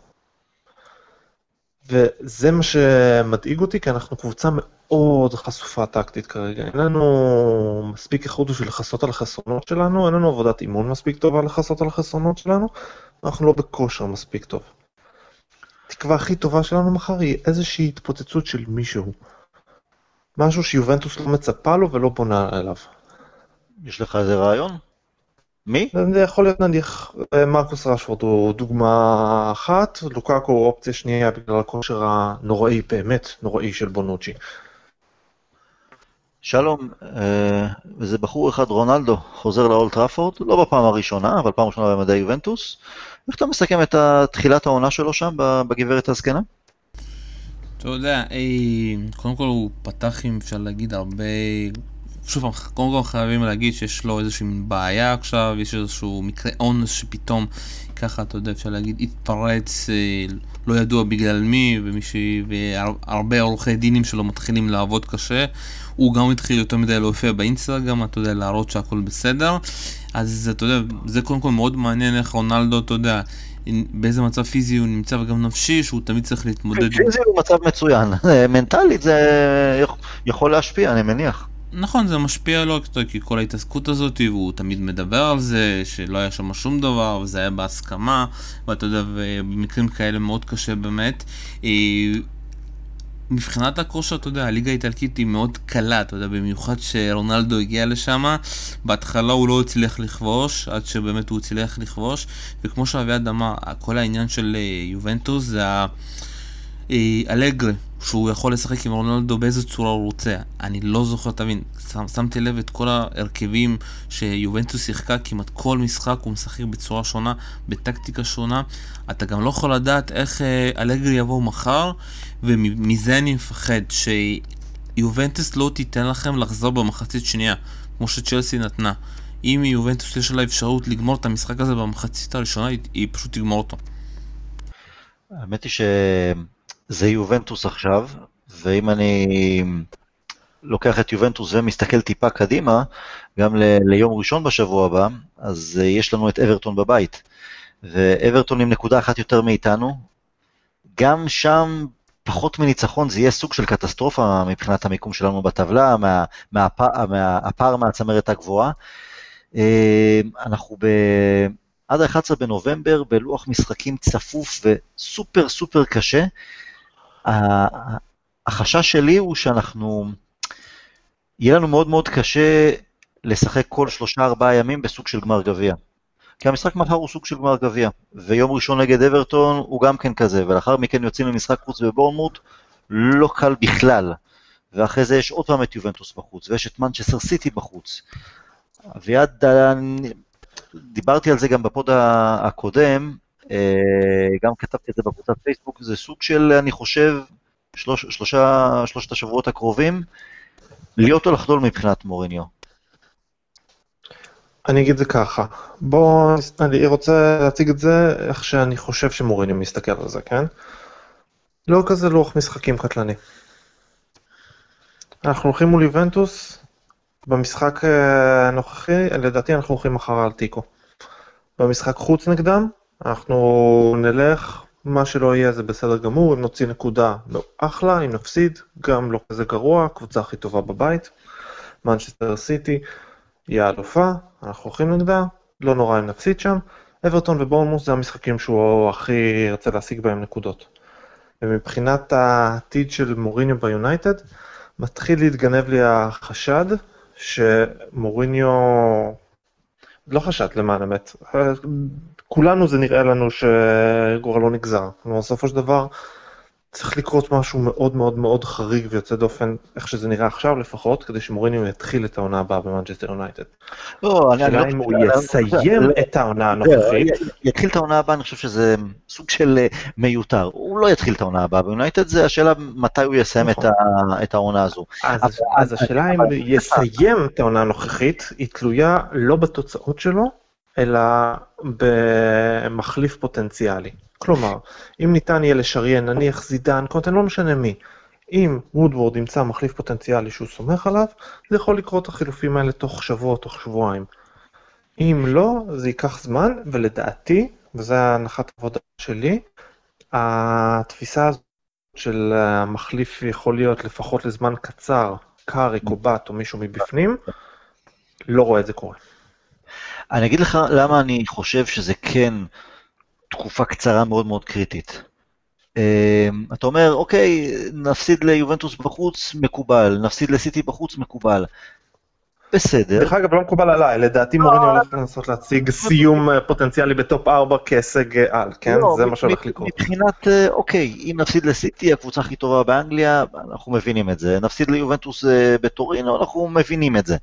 וזה מה שמדאיג אותי, כי אנחנו קבוצה מאוד חשופה טקטית כרגע. אין לנו מספיק איכות בשביל לחסות על החסרונות שלנו, אין לנו עבודת אימון מספיק טובה לחסות על החסרונות שלנו, אנחנו לא בכושר מספיק טוב. התקווה הכי טובה שלנו מחר היא איזושהי התפוצצות של מישהו. משהו שיובנטוס לא מצפה לו ולא בונה אליו. יש לך איזה רעיון? מי? זה יכול להיות נניח, מרקוס רשפורד הוא דוגמה אחת, לוקאקו הוא אופציה שנייה בגלל הכושר הנוראי, באמת נוראי של בונוצ'י. שלום, וזה בחור אחד, רונלדו, חוזר לאולד טראפורד, לא בפעם הראשונה, אבל פעם ראשונה במדעי יובנטוס. איך אתה מסכם את תחילת העונה שלו שם, בגברת הזקנה? אתה יודע, קודם כל הוא פתח עם, אפשר להגיד, הרבה... שוב, קודם כל חייבים להגיד שיש לו איזושהי בעיה עכשיו, יש איזשהו מקרה אונס שפתאום ככה, אתה יודע, אפשר להגיד, התפרץ, לא ידוע בגלל מי, והרבה עורכי דינים שלו מתחילים לעבוד קשה. הוא גם התחיל יותר מדי להופיע באינסטגרם, אתה יודע, להראות שהכל בסדר. אז אתה יודע, זה קודם כל מאוד מעניין איך רונלדו, אתה יודע, באיזה מצב פיזי הוא נמצא וגם נפשי, שהוא תמיד צריך להתמודד. פיזי הוא מצב מצוין, מנטלית זה יכול להשפיע, אני מניח. נכון, זה משפיע לו, כי כל ההתעסקות הזאת, והוא תמיד מדבר על זה, שלא היה שם שום דבר, וזה היה בהסכמה, ואתה יודע, במקרים כאלה מאוד קשה באמת. מבחינת הכושר, אתה יודע, הליגה האיטלקית היא מאוד קלה, אתה יודע, במיוחד שרונלדו הגיע לשם, בהתחלה הוא לא הצליח לכבוש, עד שבאמת הוא הצליח לכבוש, וכמו שאביעד אמר, כל העניין של יובנטוס זה אלגרי, שהוא יכול לשחק עם רונלדו באיזה צורה הוא רוצה. אני לא זוכר, תבין, שמתי לב את כל ההרכבים שיובנטוס שיחקה, כמעט כל משחק הוא משחק בצורה שונה, בטקטיקה שונה. אתה גם לא יכול לדעת איך אלגרי יבוא מחר, ומזה אני מפחד שיובנטוס לא תיתן לכם לחזור במחצית שנייה, כמו שצ'לסי נתנה. אם יובנטוס יש לה אפשרות לגמור את המשחק הזה במחצית הראשונה, היא פשוט תגמור אותו. האמת היא שזה יובנטוס עכשיו, ואם אני לוקח את יובנטוס ומסתכל טיפה קדימה, גם ליום ראשון בשבוע הבא, אז יש לנו את אברטון בבית, ואברטון עם נקודה אחת יותר מאיתנו, גם שם פחות מניצחון, זה יהיה סוג של קטסטרופה מבחינת המיקום שלנו בטבלה, הפער מהצמרת הגבוהה. אנחנו עד ה-11 בנובמבר בלוח משחקים צפוף וסופר סופר קשה. החשש שלי הוא יהיה לנו מאוד מאוד קשה לשחק כל 3-4 ימים בסוג של גמר גביע. כי המשחק מחר הוא סוג של גמר גביע, ויום ראשון נגד אברטון הוא גם כן כזה, ולאחר מכן יוצאים למשחק חוץ בבורנמוט, לא קל בכלל. ואחרי זה יש עוד פעם את יובנטוס בחוץ, ויש את מנצ'סטר סיטי בחוץ. אביעד, דיברתי על זה גם בפוד הקודם, גם כתבתי את זה בקבוצת פייסבוק, זה סוג של, אני חושב, שלושת השבועות הקרובים, להיות או לחדול מבחינת מוריניו. אני אגיד זה ככה, אני רוצה להציג את זה איך שאני חושב שמוריניו מסתכל על זה, כן? לא כזה לוח משחקים קטלני. אנחנו הולכים מול יובנטוס, במשחק הנוכחי, לדעתי אנחנו הולכים מחר על טיקו. במשחק חוץ נגדם, אנחנו נלך, מה שלא יהיה זה בסדר גמור, אם נוציא נקודה אחלה, אם נפסיד, גם לא כזה גרוע, הקבוצה הכי טובה בבית, מנצ'סטר סיטי, היא האלופה, אנחנו הולכים נגדה, לא נורא אם נפסיד שם, אברטון ובורנמוס זה המשחקים שהוא הכי ירצה להשיג בהם נקודות. ומבחינת העתיד של מוריניו ביונייטד, מתחיל להתגנב לי החשד שמוריניו, לא חשד למען אמת, כולנו זה נראה לנו שגורלו נגזר. בסופו של דבר, צריך לקרות משהו מאוד מאוד מאוד חריג ויוצא דופן, איך שזה נראה עכשיו לפחות, כדי שמוריניו יתחיל את העונה הבאה במנצ'סטר יונייטד. לא, השאלה אם הוא יסיים את העונה הנוכחית. יתחיל את העונה הבאה, אני חושב שזה סוג של מיותר. הוא לא יתחיל את העונה הבאה ביונייטד, זה השאלה מתי הוא יסיים את העונה הזו. אז השאלה אם הוא יסיים את העונה הנוכחית, היא תלויה לא בתוצאות שלו, אלא במחליף פוטנציאלי. כלומר, אם ניתן יהיה לשריין, נניח זידן, קונטן, לא משנה מי, אם וודוורד ימצא מחליף פוטנציאלי שהוא סומך עליו, זה יכול לקרות החילופים האלה תוך שבוע, תוך שבועיים. אם לא, זה ייקח זמן, ולדעתי, וזו הנחת עבודה שלי, התפיסה הזאת של המחליף יכול להיות לפחות לזמן קצר, קאריק או בת או מישהו מבפנים, לא רואה את זה קורה. אני אגיד לך למה אני חושב שזה כן תקופה קצרה מאוד מאוד קריטית. אתה אומר, אוקיי, נפסיד ליובנטוס בחוץ, מקובל, נפסיד לסיטי בחוץ, מקובל. בסדר. דרך אגב, לא מקובל עליי, לדעתי מוריניו הולך לנסות להציג סיום פוטנציאלי בטופ 4 כהישג על, כן? זה מה שהולך לקרות. מבחינת, אוקיי, אם נפסיד לסיטי, הקבוצה הכי טובה באנגליה, אנחנו מבינים את זה. נפסיד ליובנטוס בטורינו, אנחנו מבינים את זה.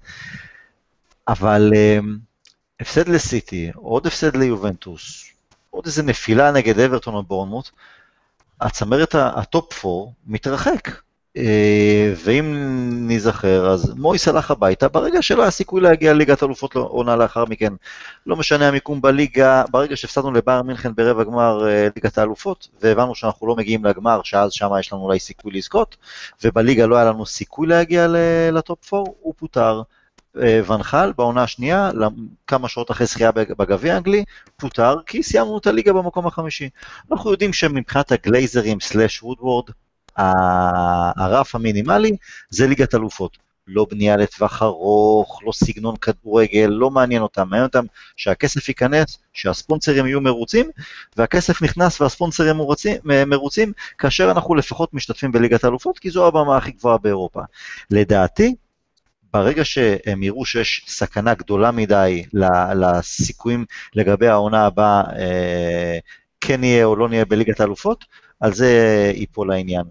אבל הפסד לסיטי, עוד הפסד ליובנטוס, עוד איזה נפילה נגד אברטון או בורנמוט, הצמרת הטופ 4 מתרחק. ואם נזכר, אז מויס הלך הביתה, ברגע שלא היה סיכוי להגיע ליגת אלופות עונה לאחר מכן, לא משנה המיקום בליגה, ברגע שהפסדנו לבאיירן מינכן ברבע גמר ליגת האלופות, והבנו שאנחנו לא מגיעים לגמר, שאז שם יש לנו אולי סיכוי לזכות, ובליגה לא היה לנו סיכוי להגיע לטופ 4, הוא פוטר. ונחל בעונה השנייה, כמה שעות אחרי זכייה בגביע האנגלי, פוטר, כי סיימנו את הליגה במקום החמישי. אנחנו יודעים שמבחינת הגלייזרים סלש וודוורד, הרף המינימלי זה ליגת אלופות. לא בנייה לטווח ארוך, לא סגנון כדורגל, לא מעניין אותם. מעניין אותם שהכסף ייכנס, שהספונסרים יהיו מרוצים, והכסף נכנס והספונסרים מרוצים, כאשר אנחנו לפחות משתתפים בליגת אלופות, כי זו הבמה הכי גבוהה באירופה. לדעתי, ברגע שהם יראו שיש סכנה גדולה מדי לסיכויים לגבי העונה הבאה, כן יהיה או לא נהיה בליגת האלופות, על זה ייפול העניין.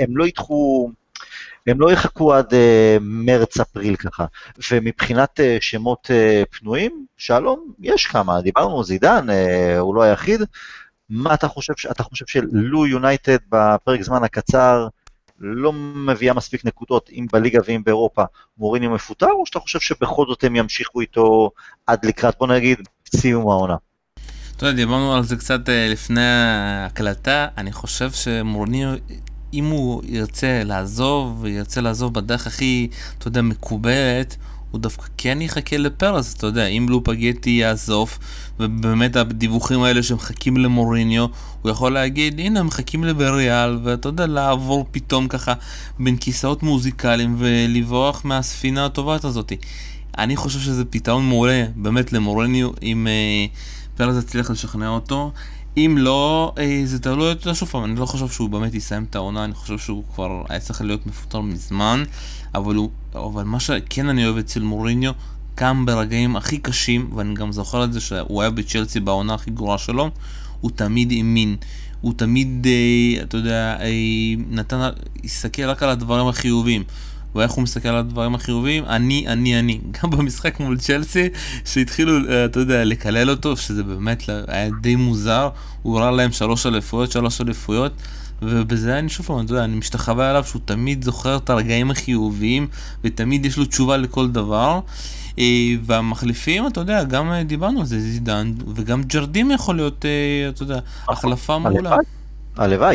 הם לא יחכו עד מרץ-אפריל ככה, ומבחינת שמות פנויים, שלום, יש כמה, דיברנו זידן, הוא לא היחיד, מה אתה חושב? אתה חושב שלו יונייטד בפרק זמן הקצר, לא מביאה מספיק נקודות, אם בליגה ואם באירופה מוריניו מפוטר, או שאתה חושב שבכל זאת הם ימשיכו איתו עד לקראת, בוא נגיד, סיום העונה? אתה יודע, דיברנו על זה קצת לפני ההקלטה, אני חושב שמוריניו, אם הוא ירצה לעזוב, וירצה לעזוב בדרך הכי, אתה יודע, מקובלת, הוא דווקא כן יחכה לפרס, אתה יודע, אם לופגטי יעזוב, ובאמת הדיווחים האלה שמחכים למוריניו, הוא יכול להגיד, הנה, מחכים לבריאל, ואתה יודע, לעבור פתאום ככה בין כיסאות מוזיקליים, ולברוח מהספינה הטובה הזאת. אני חושב שזה פתרון מעולה, באמת למוריניו, אם פרס הצליח לשכנע אותו. אם לא, זה תלוי יותר שוב פעם, אני לא חושב שהוא באמת יסיים את העונה, אני חושב שהוא כבר היה צריך להיות מפוטר מזמן, אבל מה שכן אני אוהב אצל מוריניו, קם ברגעים הכי קשים, ואני גם זוכר את זה שהוא היה בצ'לסי בעונה הכי גרועה שלו, הוא תמיד האמין, הוא תמיד, אתה יודע, הסתכל רק על הדברים החיוביים, ואיך הוא מסתכל על הדברים החיוביים, אני. גם במשחק מול צ'לסי, שהתחילו, אתה יודע, לקלל אותו, שזה באמת היה די מוזר, הוא ראה להם 3 אליפויות, ובזה אני שוב, אתה יודע, אני משתחווה עליו שהוא תמיד זוכר את הרגעים החיוביים, ותמיד יש לו תשובה לכל דבר, והמחליפים, אתה יודע, גם דיברנו על זה, זידן, וגם ג'רדים יכול להיות, אתה יודע, החלפה מעולה. הלוואי.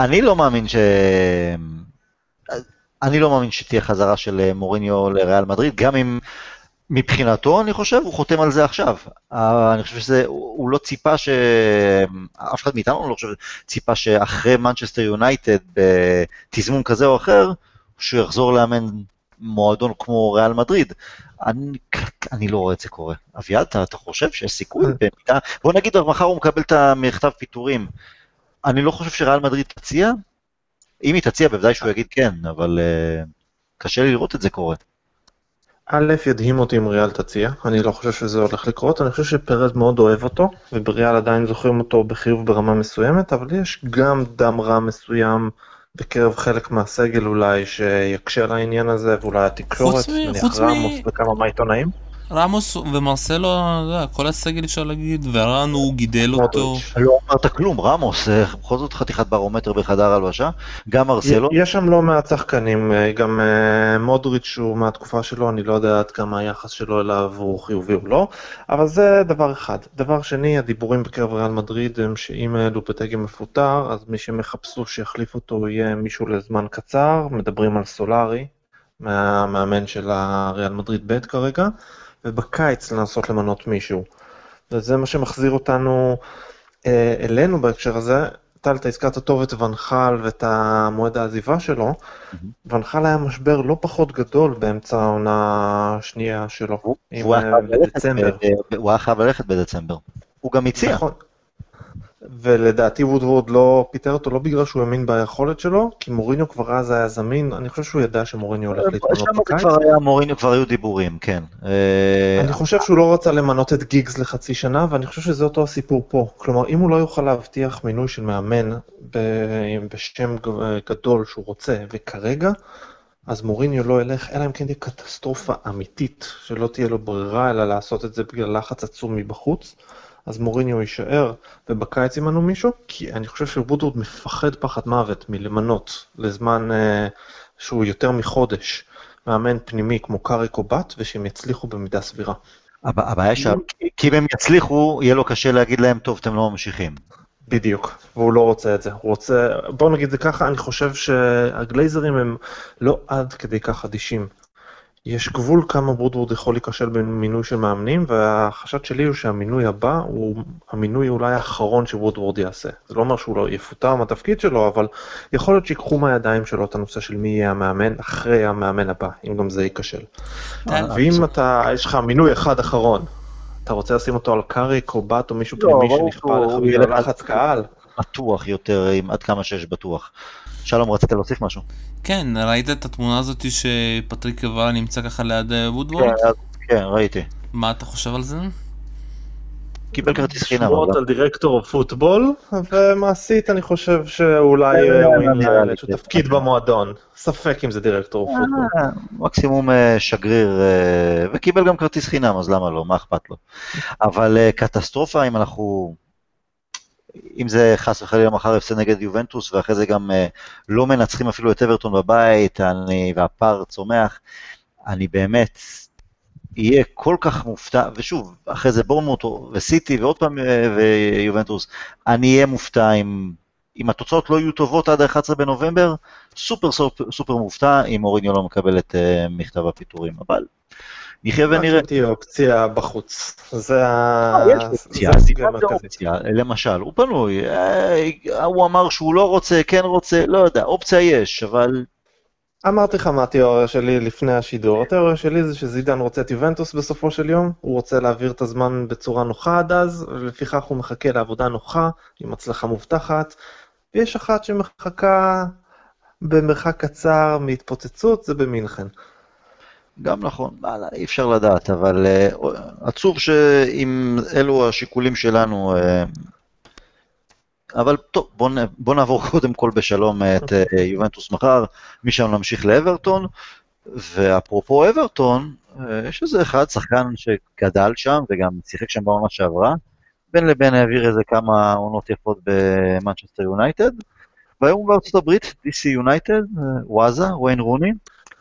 אני לא מאמין שתהיה חזרה של מוריניו לריאל מדריד, גם אם מבחינתו, אני חושב, הוא חותם על זה עכשיו. אני חושב שהוא לא ציפה אף אחד מאיתנו לא חושב, ציפה שאחרי מנצ'סטר יונייטד, בתזמון כזה או אחר, שהוא יחזור לאמן מועדון כמו ריאל מדריד. אני לא רואה את זה קורה. אביעד, אתה חושב שיש סיכוי? בוא נגיד, מחר הוא מקבל את המכתב פיטורים. אני לא חושב שריאל מדריד תציע, אם היא תציע, בוודאי שהוא יגיד כן, אבל קשה לי לראות את זה קורה. א', ידהים אותי אם ריאל תציע, אני לא חושב שזה הולך לקרות, אני חושב שפרז מאוד אוהב אותו, ובריאל עדיין זוכרים אותו בחיוב ברמה מסוימת, אבל יש גם דם רע מסוים בקרב חלק מהסגל אולי שיקשה על העניין הזה, ואולי התקשורת, נניח רמוס וכמה מהעיתונאים. רמוס ומרסלו, כל הסגל אפשר להגיד, ורן הוא גידל אותו. לא אמרת כלום, רמוס, בכל זאת חתיכת ברומטר בחדר הלבשה, גם מרסלו. יש שם לא מעט שחקנים, גם מודריץ' הוא מהתקופה שלו, אני לא יודע עד כמה היחס שלו אליו הוא חיובי או לא, אבל זה דבר אחד. דבר שני, הדיבורים בקרב ריאל מדריד הם שאם לופטגי מפוטר, אז מי שמחפשו שיחליף אותו יהיה מישהו לזמן קצר, מדברים על סולארי, מהמאמן של הריאל מדריד ב' כרגע, ובקיץ לנסות למנות מישהו. וזה מה שמחזיר אותנו אלינו בהקשר הזה. טל, אתה הזכרת טוב את ונחל ואת המועד העזיבה שלו. ונחל היה משבר לא פחות גדול באמצע העונה השנייה שלו. בדצמבר. הוא היה חייב ללכת בדצמבר. הוא גם הציע. נכון. ולדעתי וודוורד לא פיטר אותו, לא בגלל שהוא האמין ביכולת שלו, כי מוריניו כבר אז היה זמין, אני חושב שהוא ידע שמוריניו הולך להתמנות בקיץ. מוריניו כבר היו דיבורים, כן. אני חושב שהוא לא רצה למנות את גיגס לחצי שנה, ואני חושב שזה אותו הסיפור פה. כלומר, אם הוא לא יוכל להבטיח מינוי של מאמן בשם גדול שהוא רוצה, וכרגע, אז מוריניו לא ילך, אלא אם כן תהיה קטסטרופה אמיתית, שלא תהיה לו ברירה, אלא לעשות את זה בגלל לחץ עצום מבחוץ. אז מוריניו יישאר, ובקיץ ימנו מישהו, כי אני חושב שוודוורד מפחד פחד מוות מלמנות לזמן שהוא יותר מחודש, מאמן פנימי כמו קאריק או בת, ושהם יצליחו במידה סבירה. הבעיה כי אם הם יצליחו, יהיה לו קשה להגיד להם, טוב, אתם לא ממשיכים. בדיוק, והוא לא רוצה את זה. הוא רוצה, בואו נגיד זה ככה, אני חושב שהגלייזרים הם לא עד כדי כך אדישים. יש גבול כמה וודוורד יכול להיכשל במינוי של מאמנים, והחשד שלי הוא שהמינוי הבא הוא המינוי אולי האחרון שוודוורד יעשה. זה לא אומר שהוא לא יפוטר מהתפקיד שלו, אבל יכול להיות שיקחו מהידיים שלו את הנושא של מי יהיה המאמן אחרי המאמן הבא, אם גם זה ייכשל. ואם יש לך מינוי אחד אחרון, אתה רוצה לשים אותו על קאריק או בת או מישהו פנימי שנכפה לך בגלל לחץ קהל? בטוח יותר, עד כמה שיש בטוח. שלום, רצית להוסיף משהו? כן, ראית את התמונה הזאת שפטריק אברה נמצא ככה ליד וודוורד? כן, ראיתי. מה אתה חושב על זה? קיבל כרטיס חינם. שמועות על דירקטור או פוטבול, ומעשית אני חושב שאולי הוא ינהל איזשהו תפקיד במועדון. ספק אם זה דירקטור או פוטבול. מקסימום שגריר, וקיבל גם כרטיס חינם, אז למה לא? מה אכפת לו? אבל קטסטרופה אם זה חס וחלילה מחר הפסד נגד יובנטוס, ואחרי זה גם לא מנצחים אפילו את אברטון בבית, והפער צומח, אני באמת יהיה כל כך מופתע, ושוב, אחרי זה בורנמוט וסיטי ועוד פעם ויובנטוס, אני אהיה מופתע אם התוצאות לא יהיו טובות עד ה-11 בנובמבר, סופר מופתע אם מוריניו לא מקבל את מכתב הפיטורים, אבל נחיה ונראה. רק תהיה אופציה בחוץ, זה אופציה, למשל, הוא פנוי, הוא אמר שהוא לא רוצה, כן רוצה, לא יודע, אופציה יש, אבל... אמרתי לך מה התיאוריה שלי לפני השידור, התיאוריה שלי זה שזידן רוצה את יובנטוס בסופו של יום, הוא רוצה להעביר את הזמן בצורה נוחה עד אז, ולפיכך הוא מחכה לעבודה נוחה, עם הצלחה מובטחת, ויש אחת שמחכה במרחק קצר מהתפוצצות, זה במינכן. גם נכון, אי אפשר לדעת, אבל עצוב שאם אלו השיקולים שלנו, אבל טוב, בוא נעבור קודם כל בשלום את יובנטוס מחר, משם נמשיך לאברטון, ואפרופו אברטון, יש איזה אחד, שחקן שגדל שם, וגם שיחק שם בעונה שעברה, בין לבין העביר איזה כמה עונות יפות במנצ'סטר יונייטד, והיום בארצות הברית, DC יונייטד, וויין רוני,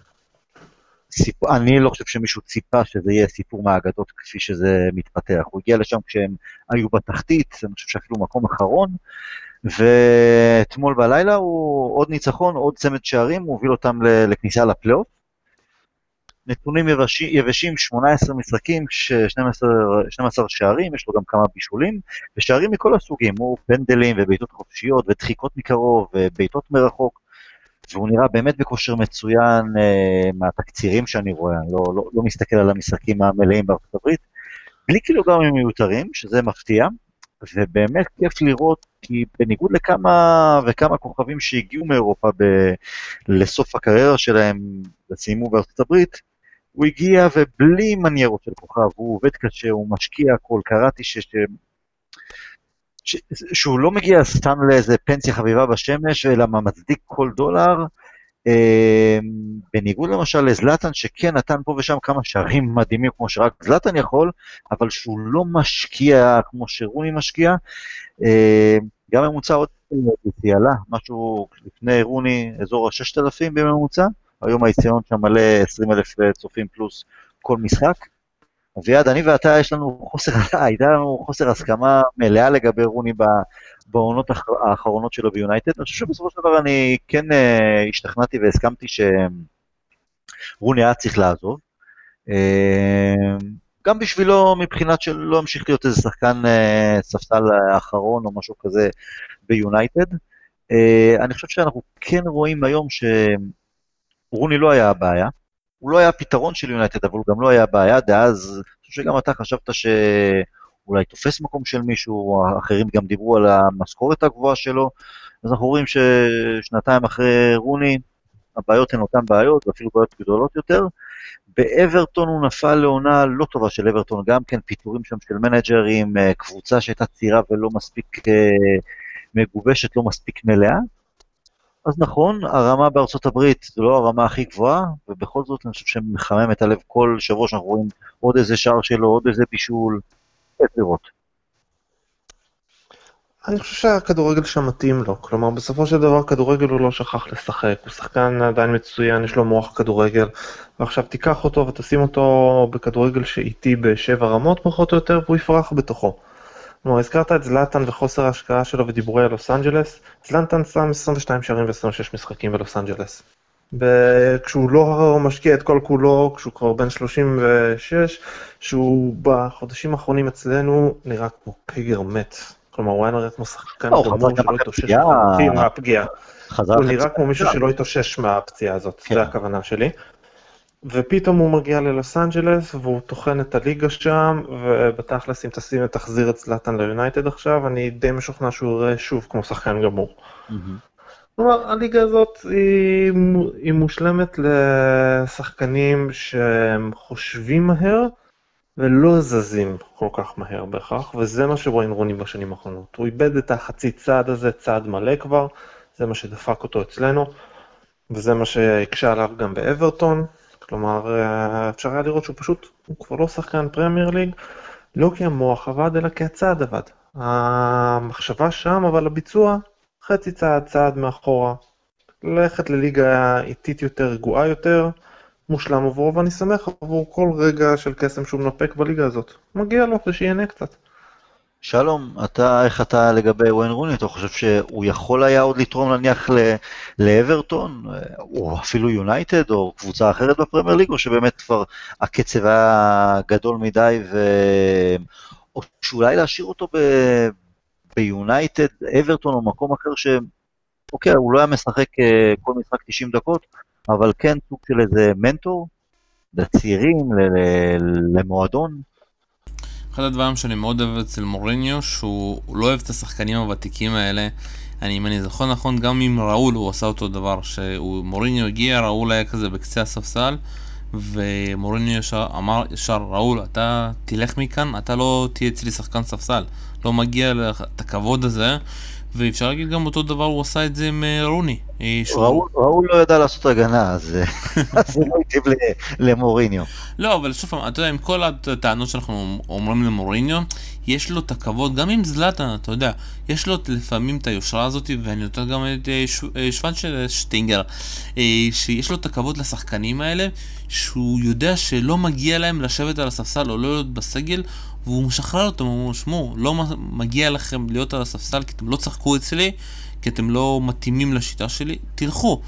אני לא חושב שמישהו ציפה שזה יהיה סיפור מהאגדות כפי שזה מתפתח. הוא הגיע לשם כשהם היו בתחתית, אני חושב שאפילו מקום אחרון, ואתמול בלילה הוא עוד ניצחון, עוד צמד שערים, הוא הוביל אותם לכניסה לפלייאוף. נתונים יבשים, 18 משחקים, 12 שערים, יש לו גם כמה בישולים, ושערים מכל הסוגים, הוא פנדלים ובעיטות חופשיות ודחיקות מקרוב ובעיטות מרחוק, והוא נראה באמת בכושר מצוין מהתקצירים שאני רואה, אני לא מסתכל על המשחקים המלאים בארצות הברית, בלי קילוגרמים מיותרים, שזה מפתיע, ובאמת כיף לראות, כי בניגוד לכמה וכמה כוכבים שהגיעו מאירופה לסוף הקריירה שלהם, וסיימו בארצות הברית, הוא הגיע ובלי מניירות של כוכב, הוא עובד קשה, הוא משקיע הכל, קראתי שהוא לא מגיע סתם לאיזה פנסיה חביבה בשמש, אלא מצדיק כל דולר, בניגוד למשל לזלטן, שכן נתן פה ושם כמה שערים מדהימים, כמו שרק זלטן יכול, אבל שהוא לא משקיע כמו שרוני משקיע, גם ממוצע עוד עלה, משהו לפני רוני, אזור ה-6,000 בממוצע, היום היציון שם מלא 20,000 צופים פלוס כל משחק, ויד, אני ואתה הייתה לנו חוסר הסכמה מלאה לגבי רוני בעונות האחרונות שלו ביונייטד. אני חושב שבסופו של דבר אני כן השתכנעתי והסכמתי שרוני היה צריך לעזוב. גם בשבילו מבחינת שלא המשיך להיות איזה שחקן ספסל האחרון או משהו כזה ביונייטד. אני חושב שאנחנו כן רואים היום שרוני לא היה הבעיה. הוא לא היה פתרון של יונייטד, אבל הוא גם לא היה בעיה, דאז, אני חושב שגם אתה חשבת שאולי תופס מקום של מישהו, אחרים גם דיברו על המשכורת הגבוהה שלו, אז אנחנו רואים ששנתיים אחרי רוני, הבעיות הן אותן בעיות, ואפילו בעיות גדולות יותר. באברטון הוא נפל לעונה לא טובה של אברטון, גם כן פיתורים שם של מנג'רים, קבוצה שהייתה צעירה ולא מספיק מגובשת, לא מספיק מלאה. אז נכון, הרמה בארצות הברית זו לא הרמה הכי גבוהה, ובכל זאת אני חושב שמחמם את הלב כל שבוע שאנחנו רואים עוד איזה שער שלו, עוד איזה בישול, איך לראות. אני חושב שהכדורגל שם מתאים לו, כלומר בסופו של דבר כדורגל הוא לא שכח לשחק, הוא שחקן עדיין מצוין, יש לו מוח כדורגל, ועכשיו תיקח אותו ותשים אותו בכדורגל שאיטי בשבע רמות פחות או יותר, והוא יפרח בתוכו. כלומר, הזכרת את זלטן וחוסר ההשקעה שלו ודיבורי על לוס אנג'לס, זלטן שם 22 שערים ו-26 משחקים בלוס אנג'לס. כשהוא לא משקיע את כל כולו, כשהוא כבר בן 36, שהוא בחודשים האחרונים אצלנו נראה כמו פגר מת. כלומר, הוא היה נראה כמו שחקן גמור שלא התאושש מהפגיעה. הוא נראה כמו מישהו שלא התאושש מהפציעה הזאת, זה הכוונה שלי. ופתאום הוא מגיע ללוס אנג'לס, והוא תוכן את הליגה שם, ובתכלס אם תחזיר את זלטן ליונייטד עכשיו, אני די משוכנע שהוא יראה שוב כמו שחקן גמור. כלומר, הליגה הזאת היא מושלמת לשחקנים שהם חושבים מהר, ולא זזים כל כך מהר בהכרח, וזה מה שרואים רוני בשנים האחרונות. הוא איבד את החצי צעד הזה, צעד מלא כבר, זה מה שדפק אותו אצלנו, וזה מה שהקשה עליו גם באברטון. כלומר, אפשר היה לראות שהוא פשוט, הוא כבר לא שחקן פרמייר ליג, לא כי המוח עבד, אלא כי הצעד עבד. המחשבה שם, אבל הביצוע, חצי צעד, צעד מאחורה. ללכת לליגה איטית יותר, רגועה יותר, מושלם עבורו, ואני שמח עבור כל רגע של קסם שהוא מנפק בליגה הזאת. מגיע לו ושיהנה קצת. שלום, איך אתה לגבי וויין רוני? אתה חושב שהוא יכול היה עוד לתרום נניח לאברטון, או אפילו יונייטד, או קבוצה אחרת בפרמייר ליג, או שבאמת כבר הקצב היה גדול מדי, או שאולי להשאיר אותו ביונייטד, אברטון או מקום אחר אוקיי, הוא לא היה משחק כל משחק 90 דקות, אבל כן סוג של איזה מנטור, לצעירים, למועדון. אחד הדברים שאני מאוד אוהב אצל מוריניו, שהוא לא אוהב את השחקנים הוותיקים האלה. אם אני זוכר נכון, גם עם ראול הוא עשה אותו דבר, שמוריניו הגיע, ראול היה כזה בקצה הספסל, ומוריניו אמר ישר, ראול, אתה תלך מכאן, אתה לא תהיה אצלי שחקן ספסל, לא מגיע את הכבוד הזה, ואפשר להגיד גם אותו דבר, הוא עשה את זה עם רוני. ראול לא ידע לעשות הגנה, אז זה לא יטיב למוריניו. לא, אבל שוב, אתה יודע, עם כל הטענות שאנחנו אומרים למוריניו, יש לו את הכבוד, גם עם זלטן, אתה יודע, יש לו לפעמים את היושרה הזאת, ואני יותר גם את שוון של שטינגר, שיש לו את הכבוד לשחקנים האלה, שהוא יודע שלא מגיע להם לשבת על הספסל או לא להיות בסגל, והוא משחרר אותם, הוא אומר, שמעו, לא מגיע לכם להיות על הספסל, כי אתם לא צחקו אצלי, כי אתם לא מתאימים לשיטה שלי, תלכו.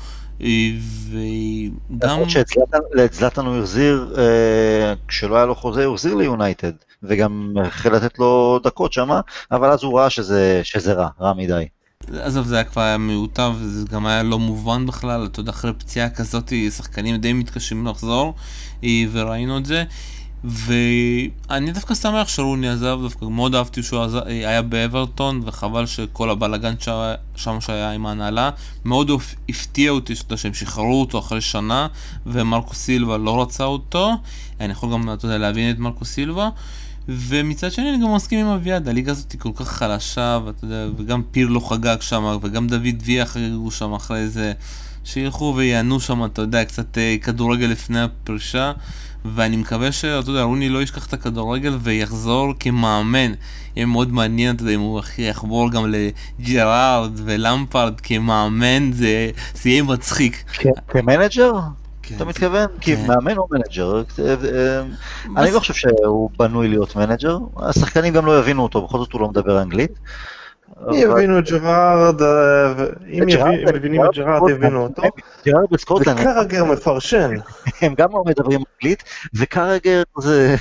וגם... זלטן הוא החזיר, כשלא היה לו חוזה, הוא החזיר ליונייטד, וגם החל לתת לו דקות שמה, אבל אז הוא ראה שזה רע מדי. עזוב, זה היה כבר מיותר, וזה גם היה לא מובן בכלל, אתה יודע, אחרי פציעה כזאת, שחקנים די מתקשים לחזור, וראינו את זה. ואני דווקא שמח שרוני עזב, דווקא מאוד אהבתי שהוא היה באברטון, וחבל שכל הבלגן שם שהיה עם ההנהלה, מאוד הפתיע אותי שהם שחררו אותו אחרי שנה, ומרקו סילבה לא רצה אותו, אני יכול גם להבין את מרקו סילבה, ומצד שני אני גם מסכים עם אביעד, הליגה הזאת היא כל כך חלשה, וגם פירלו חגג שם, וגם דוד ויה חגגו שם אחרי זה, שילכו ויענו שם, אתה יודע, קצת כדורגל לפני הפרישה, ואני מקווה רוני לא ישכח את הכדורגל ויחזור כמאמן. יהיה מאוד מעניין, אתה יודע, אם הוא יחבור גם לג'רארד ולמפרד כמאמן, זה יהיה מצחיק. כמנג'ר? אתה מתכוון? כי מאמן הוא מנג'ר. אני לא חושב שהוא בנוי להיות מנג'ר. השחקנים גם לא יבינו אותו, בכל זאת הוא לא מדבר אנגלית. יבינו את ג'רארד, אם מבינים את ג'רארד יבינו אותו. ג'רארד בסקוטלנד. וקרגר מפרשן. הם גם לא מדברים אנגלית, וקרגר זה...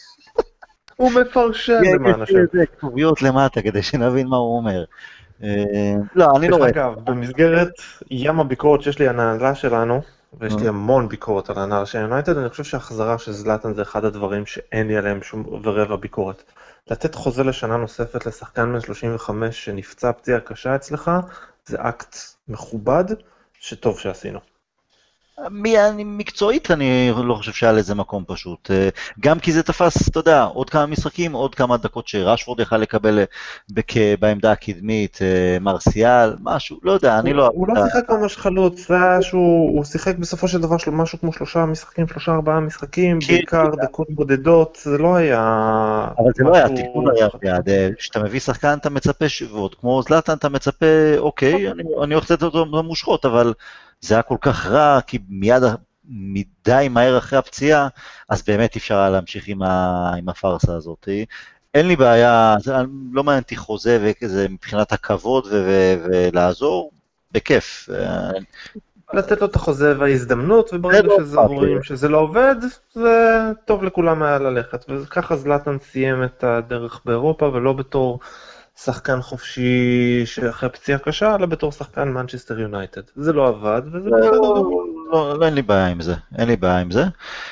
הוא מפרשן למען השם. זה כתוביות למטה כדי שנבין מה הוא אומר. לא, אני לא רואה. אגב, במסגרת ים הביקורת שיש לי על ההנהלה שלנו, ויש לי המון ביקורת על ההנהלה של יונייטד, אני חושב שההחזרה של זלאטן זה אחד הדברים שאין לי עליהם שום ורבע ביקורת. לתת חוזה לשנה נוספת לשחקן בן 35 שנפצע פציעה קשה אצלך, זה אקט מכובד שטוב שעשינו. מקצועית אני לא חושב שהיה לזה מקום פשוט, גם כי זה תפס, אתה יודע, עוד כמה משחקים, עוד כמה דקות שרשפורד יכל לקבל בעמדה הקדמית, מרסיאל, משהו, לא יודע, אני לא... הוא לא שיחק ממש חלוץ, זה היה שהוא שיחק בסופו של דבר משהו כמו 3-4 משחקים, בעיקר דקות בודדות, זה לא היה... אבל זה לא היה, תיקון היה, כשאתה מביא שחקן אתה מצפה ועוד, כמו זלאטן אתה מצפה, אוקיי, אני הולך לתת אותו במושכות, אבל... זה היה כל כך רע, כי מדי מהר אחרי הפציעה, אז באמת אפשר היה להמשיך עם הפרסה הזאת. אין לי בעיה, לא מעניין אותי חוזה וכזה מבחינת הכבוד ולעזור, בכיף. לתת לו את החוזה וההזדמנות, וברגע שזה רואים שזה לא עובד, זה טוב לכולם היה ללכת. וככה זלאטן סיים את הדרך באירופה, ולא בתור... שחקן חופשי שאחרי פציעה קשה, אלא בתור שחקן מנצ'סטר יונייטד. זה לא עבד, וזה בסדר. לא, אין לי בעיה עם זה. אין לי בעיה עם זה.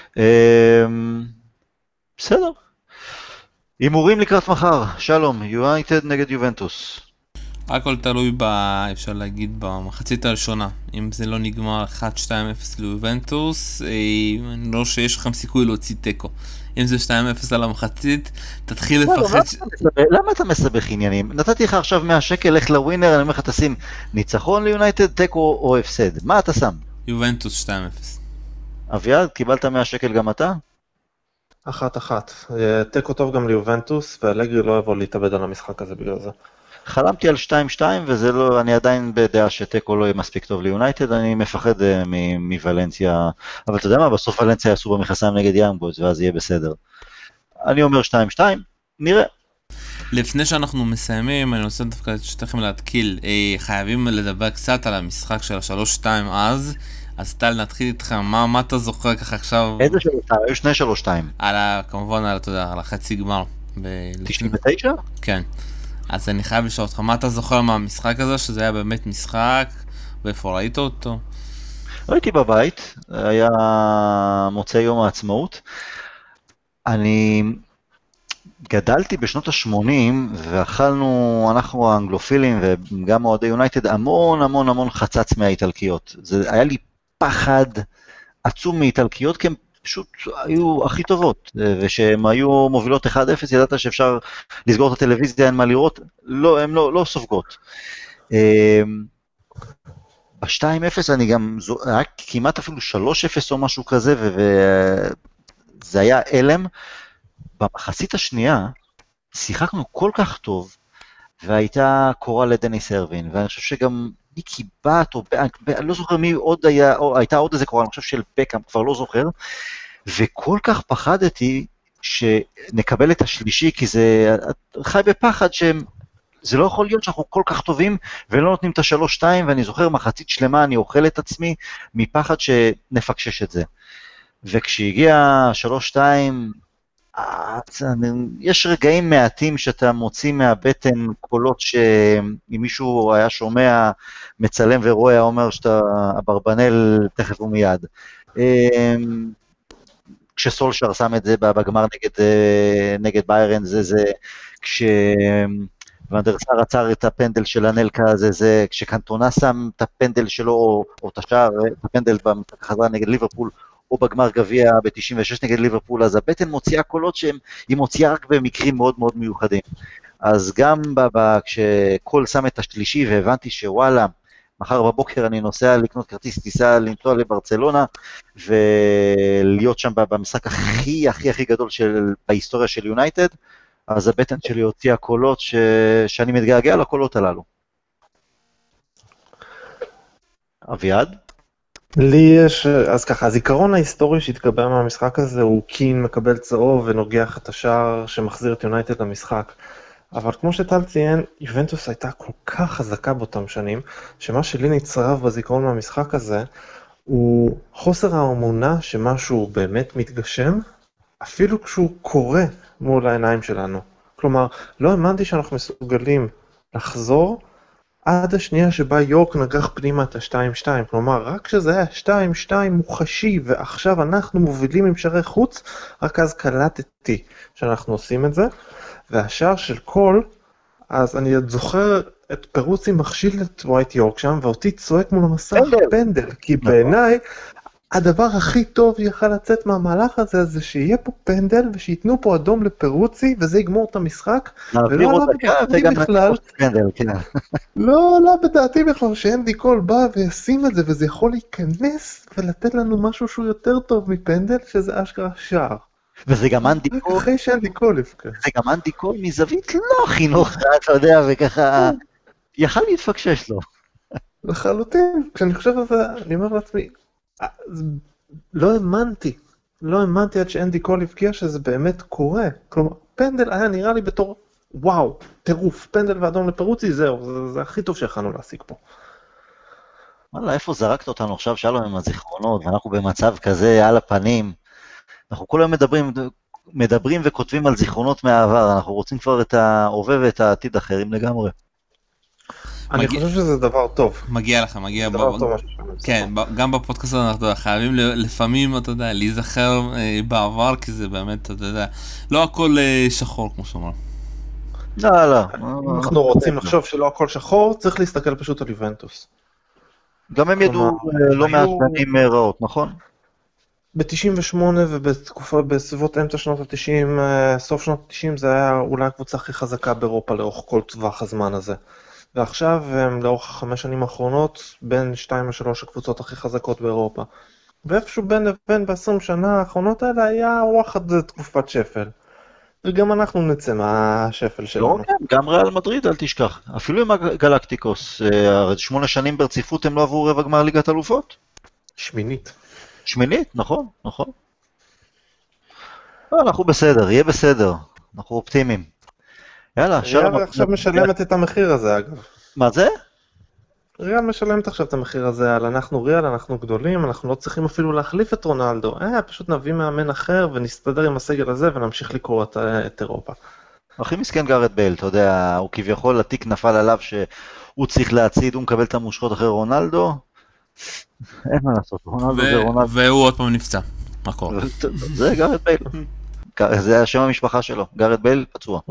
בסדר. הימורים לקראת מחר. שלום, יונייטד נגד יובנטוס. הכל תלוי, אפשר להגיד, במחצית הראשונה. אם זה לא נגמר 1-2-0 ליובנטוס, אני לא שיש לכם סיכוי להוציא טקו. אם זה 2-0 על המחצית, תתחיל לפחד... למה אתה מסבך עניינים? נתתי לך עכשיו 100 שקל, לך לווינר, אני אומר לך תשים ניצחון ליונייטד, טקו או הפסד. מה אתה שם? יובנטוס 2-0. אביעד, קיבלת 100 שקל גם אתה? 1-1. טקו טוב גם ליובנטוס, ואלגרי לא יבוא להתאבד על המשחק הזה בגלל זה. חלמתי על 2-2, וזה לא, אני עדיין בדעה שטקו לא יהיה מספיק טוב ליונייטד, אני מפחד מוולנסיה, אבל אתה יודע מה, בסוף ולנסיה יעשו במכסיים נגד יאנג בויז, ואז יהיה בסדר. אני אומר 2-2, נראה. לפני שאנחנו מסיימים, אני רוצה דווקא שתכם להתקיל, חייבים לדבר קצת על המשחק של ה-3-2 אז טל, נתחיל איתך, מה אתה זוכר ככה עכשיו? איזה 3-2? היו שני 3-2. כמובן, על החצי גמר. 99? כן. אז אני חייב לשאול אותך, מה אתה זוכר מהמשחק הזה, שזה היה באמת משחק, ואיפה ראית אותו? ראיתי בבית, היה מוצאי יום העצמאות. אני גדלתי בשנות ה-80, ואכלנו, אנחנו האנגלופילים, וגם אוהדי יונייטד, המון חצץ מהאיטלקיות. זה היה לי פחד עצום מאיטלקיות, כי הם פשוט היו הכי טובות, ושהם היו מובילות 1-0, ידעת שאפשר לסגור את הטלוויזיה, אין מה לראות, לא, הן לא סופגות. ב-2-0 אני גם, היה כמעט אפילו 3-0 או משהו כזה, וזה היה אלם. במחצית השנייה, שיחקנו כל כך טוב, והייתה קורה לדניס הרווין, ואני חושב שגם ניקי בת, או אני לא זוכר מי עוד היה, או הייתה עוד איזה קורה, אני חושב של פקאם, כבר לא זוכר, וכל כך פחדתי שנקבל את השלישי, כי זה חי בפחד שזה לא יכול להיות שאנחנו כל כך טובים, ולא נותנים את ה-3-2, ואני זוכר מחצית שלמה, אני אוכל את עצמי, מפחד שנפקשש את זה. וכשהגיע 3-2, יש רגעים מעטים שאתה מוציא מהבטן קולות שאם מישהו היה שומע, מצלם ורואה, אומר שאתה אברבנל תכף ומיד. כשסולשר שם את זה בגמר נגד ביירן, זה כשוונדרסאר עצר את הפנדל של הנלקה, זה כשקנטונה שם את הפנדל שלו, או את השער, את הפנדל במשחק החזרה נגד ליברפול, או בגמר גביע ב-96 נגד ליברפול, אז הבטן מוציאה קולות שהיא מוציאה רק במקרים מאוד מאוד מיוחדים. אז גם כשקול שם את השלישי והבנתי שוואלה, מחר בבוקר אני נוסע לקנות כרטיס טיסה, לנסוע לברצלונה, ולהיות שם במשחק הכי גדול בהיסטוריה של יונייטד, אז הבטן שלי הוציאה קולות שאני מתגעגע לקולות הללו. אביעד? לי יש, אז ככה, הזיכרון ההיסטורי שהתקבע מהמשחק הזה הוא קין מקבל צהוב ונוגח את השער שמחזיר את יונייטד למשחק. אבל כמו שטל ציין, יובנטוס הייתה כל כך חזקה באותם שנים, שמה שלי נצרב בזיכרון מהמשחק הזה, הוא חוסר האמונה שמשהו באמת מתגשם, אפילו כשהוא קורה מול העיניים שלנו. כלומר, לא האמנתי שאנחנו מסוגלים לחזור עד השנייה שבה יורק נגח פנימה את ה-2-2. כלומר, רק שזה היה 2-2 מוחשי, ועכשיו אנחנו מובילים עם שערי חוץ, רק אז קלטתי שאנחנו עושים את זה. והשער של קול, אז אני זוכר את פירוצי מכשיל את ווייט יורק שם, ואותי צועק מול המסך פנדל, כי בעיניי הדבר הכי טוב יכל לצאת מהמהלך הזה, זה שיהיה פה פנדל, ושיתנו פה אדום לפירוצי, וזה יגמור את המשחק, ולא עלה בדעתי בכלל, לא עלה בדעתי בכלל שאנדי קול בא וישים את זה, וזה יכול להיכנס ולתת לנו משהו שהוא יותר טוב מפנדל, שזה אשכרה שער. וזה גם אנדי קול, אחרי שאנדי קול יפקע. זה גם אנדי קול מזווית לא חינוך, אתה יודע, וככה, יכל להתפקשש לו. לחלוטין, כשאני חושב על זה, אני אומר לעצמי, לא האמנתי עד שאנדי קול יפקיע שזה באמת קורה. כלומר, פנדל היה נראה לי בתור, וואו, טירוף, פנדל ואדום לפירוצי, זהו, זה הכי טוב שיכלנו להשיג פה. וואלה, איפה זרקת אותנו עכשיו, שלום, עם הזיכרונות, ואנחנו במצב כזה על הפנים, אנחנו כולם מדברים וכותבים על זיכרונות מהעבר, אנחנו רוצים כבר את ההווה ואת העתיד אחרים לגמרי. אני חושב שזה דבר טוב. מגיע לך, מגיע דבר טוב. כן, גם בפודקאסט אנחנו חייבים לפעמים, אתה יודע, להיזכר בעבר, כי זה באמת, אתה יודע, לא הכל שחור, כמו שאומר. לא. אנחנו רוצים לחשוב שלא הכל שחור, צריך להסתכל פשוט על יובנטוס. גם הם ידעו לא מעט שנים רעות, נכון? ב-98 ובתקופה, בסביבות אמצע שנות ה-90, סוף שנות ה-90, זה היה אולי הקבוצה הכי חזקה באירופה לאורך כל טווח הזמן הזה. ועכשיו, לאורך 5 שנים האחרונות, בין 2 ל-3 הקבוצות הכי חזקות באירופה. ואיפשהו בין לבין ב-20 שנה האחרונות האלה היה וואחד תקופת שפל. וגם אנחנו נצא מהשפל שלנו. לא, כן, גם ריאל מדריד, אל תשכח. אפילו עם הגלקטיקוס, 8 שנים ברציפות הם לא עברו רבע גמר ליגת אלופות? שמינית, נכון. אנחנו בסדר, יהיה בסדר. אנחנו אופטימיים. יאללה, ריאל עכשיו משלמת את המחיר הזה, אגב. מה זה? ריאל משלמת עכשיו את המחיר הזה על אנחנו ריאל, אנחנו גדולים, אנחנו לא צריכים אפילו להחליף את רונלדו. פשוט נביא מאמן אחר ונסתדר עם הסגל הזה ונמשיך לקרוא את אירופה. הכי מסכן גארד בייל, אתה יודע, הוא כביכול התיק נפל עליו שהוא צריך להציד, הוא מקבל את המושכות אחרי רונלדו. אין מה לעשות, רונלדו זה רונלדו. והוא עוד פעם נפצע, מה קורה? זה גארד בייל. זה השם המשפחה שלו, גארד בייל פצוע.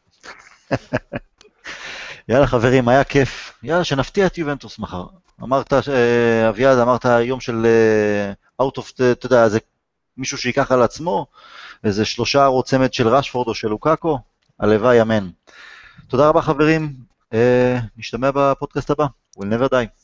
יאללה חברים, היה כיף. יאללה, שנפתיע את יובנטוס מחר. אמרת, אביעד, אמרת יום של out of, אתה יודע, זה מישהו שיקח על עצמו, איזה 3 צמד של רשפורד או של לוקאקו, הלוואי אמן. תודה רבה חברים, נשתמע בפודקאסט הבא. We'll never die.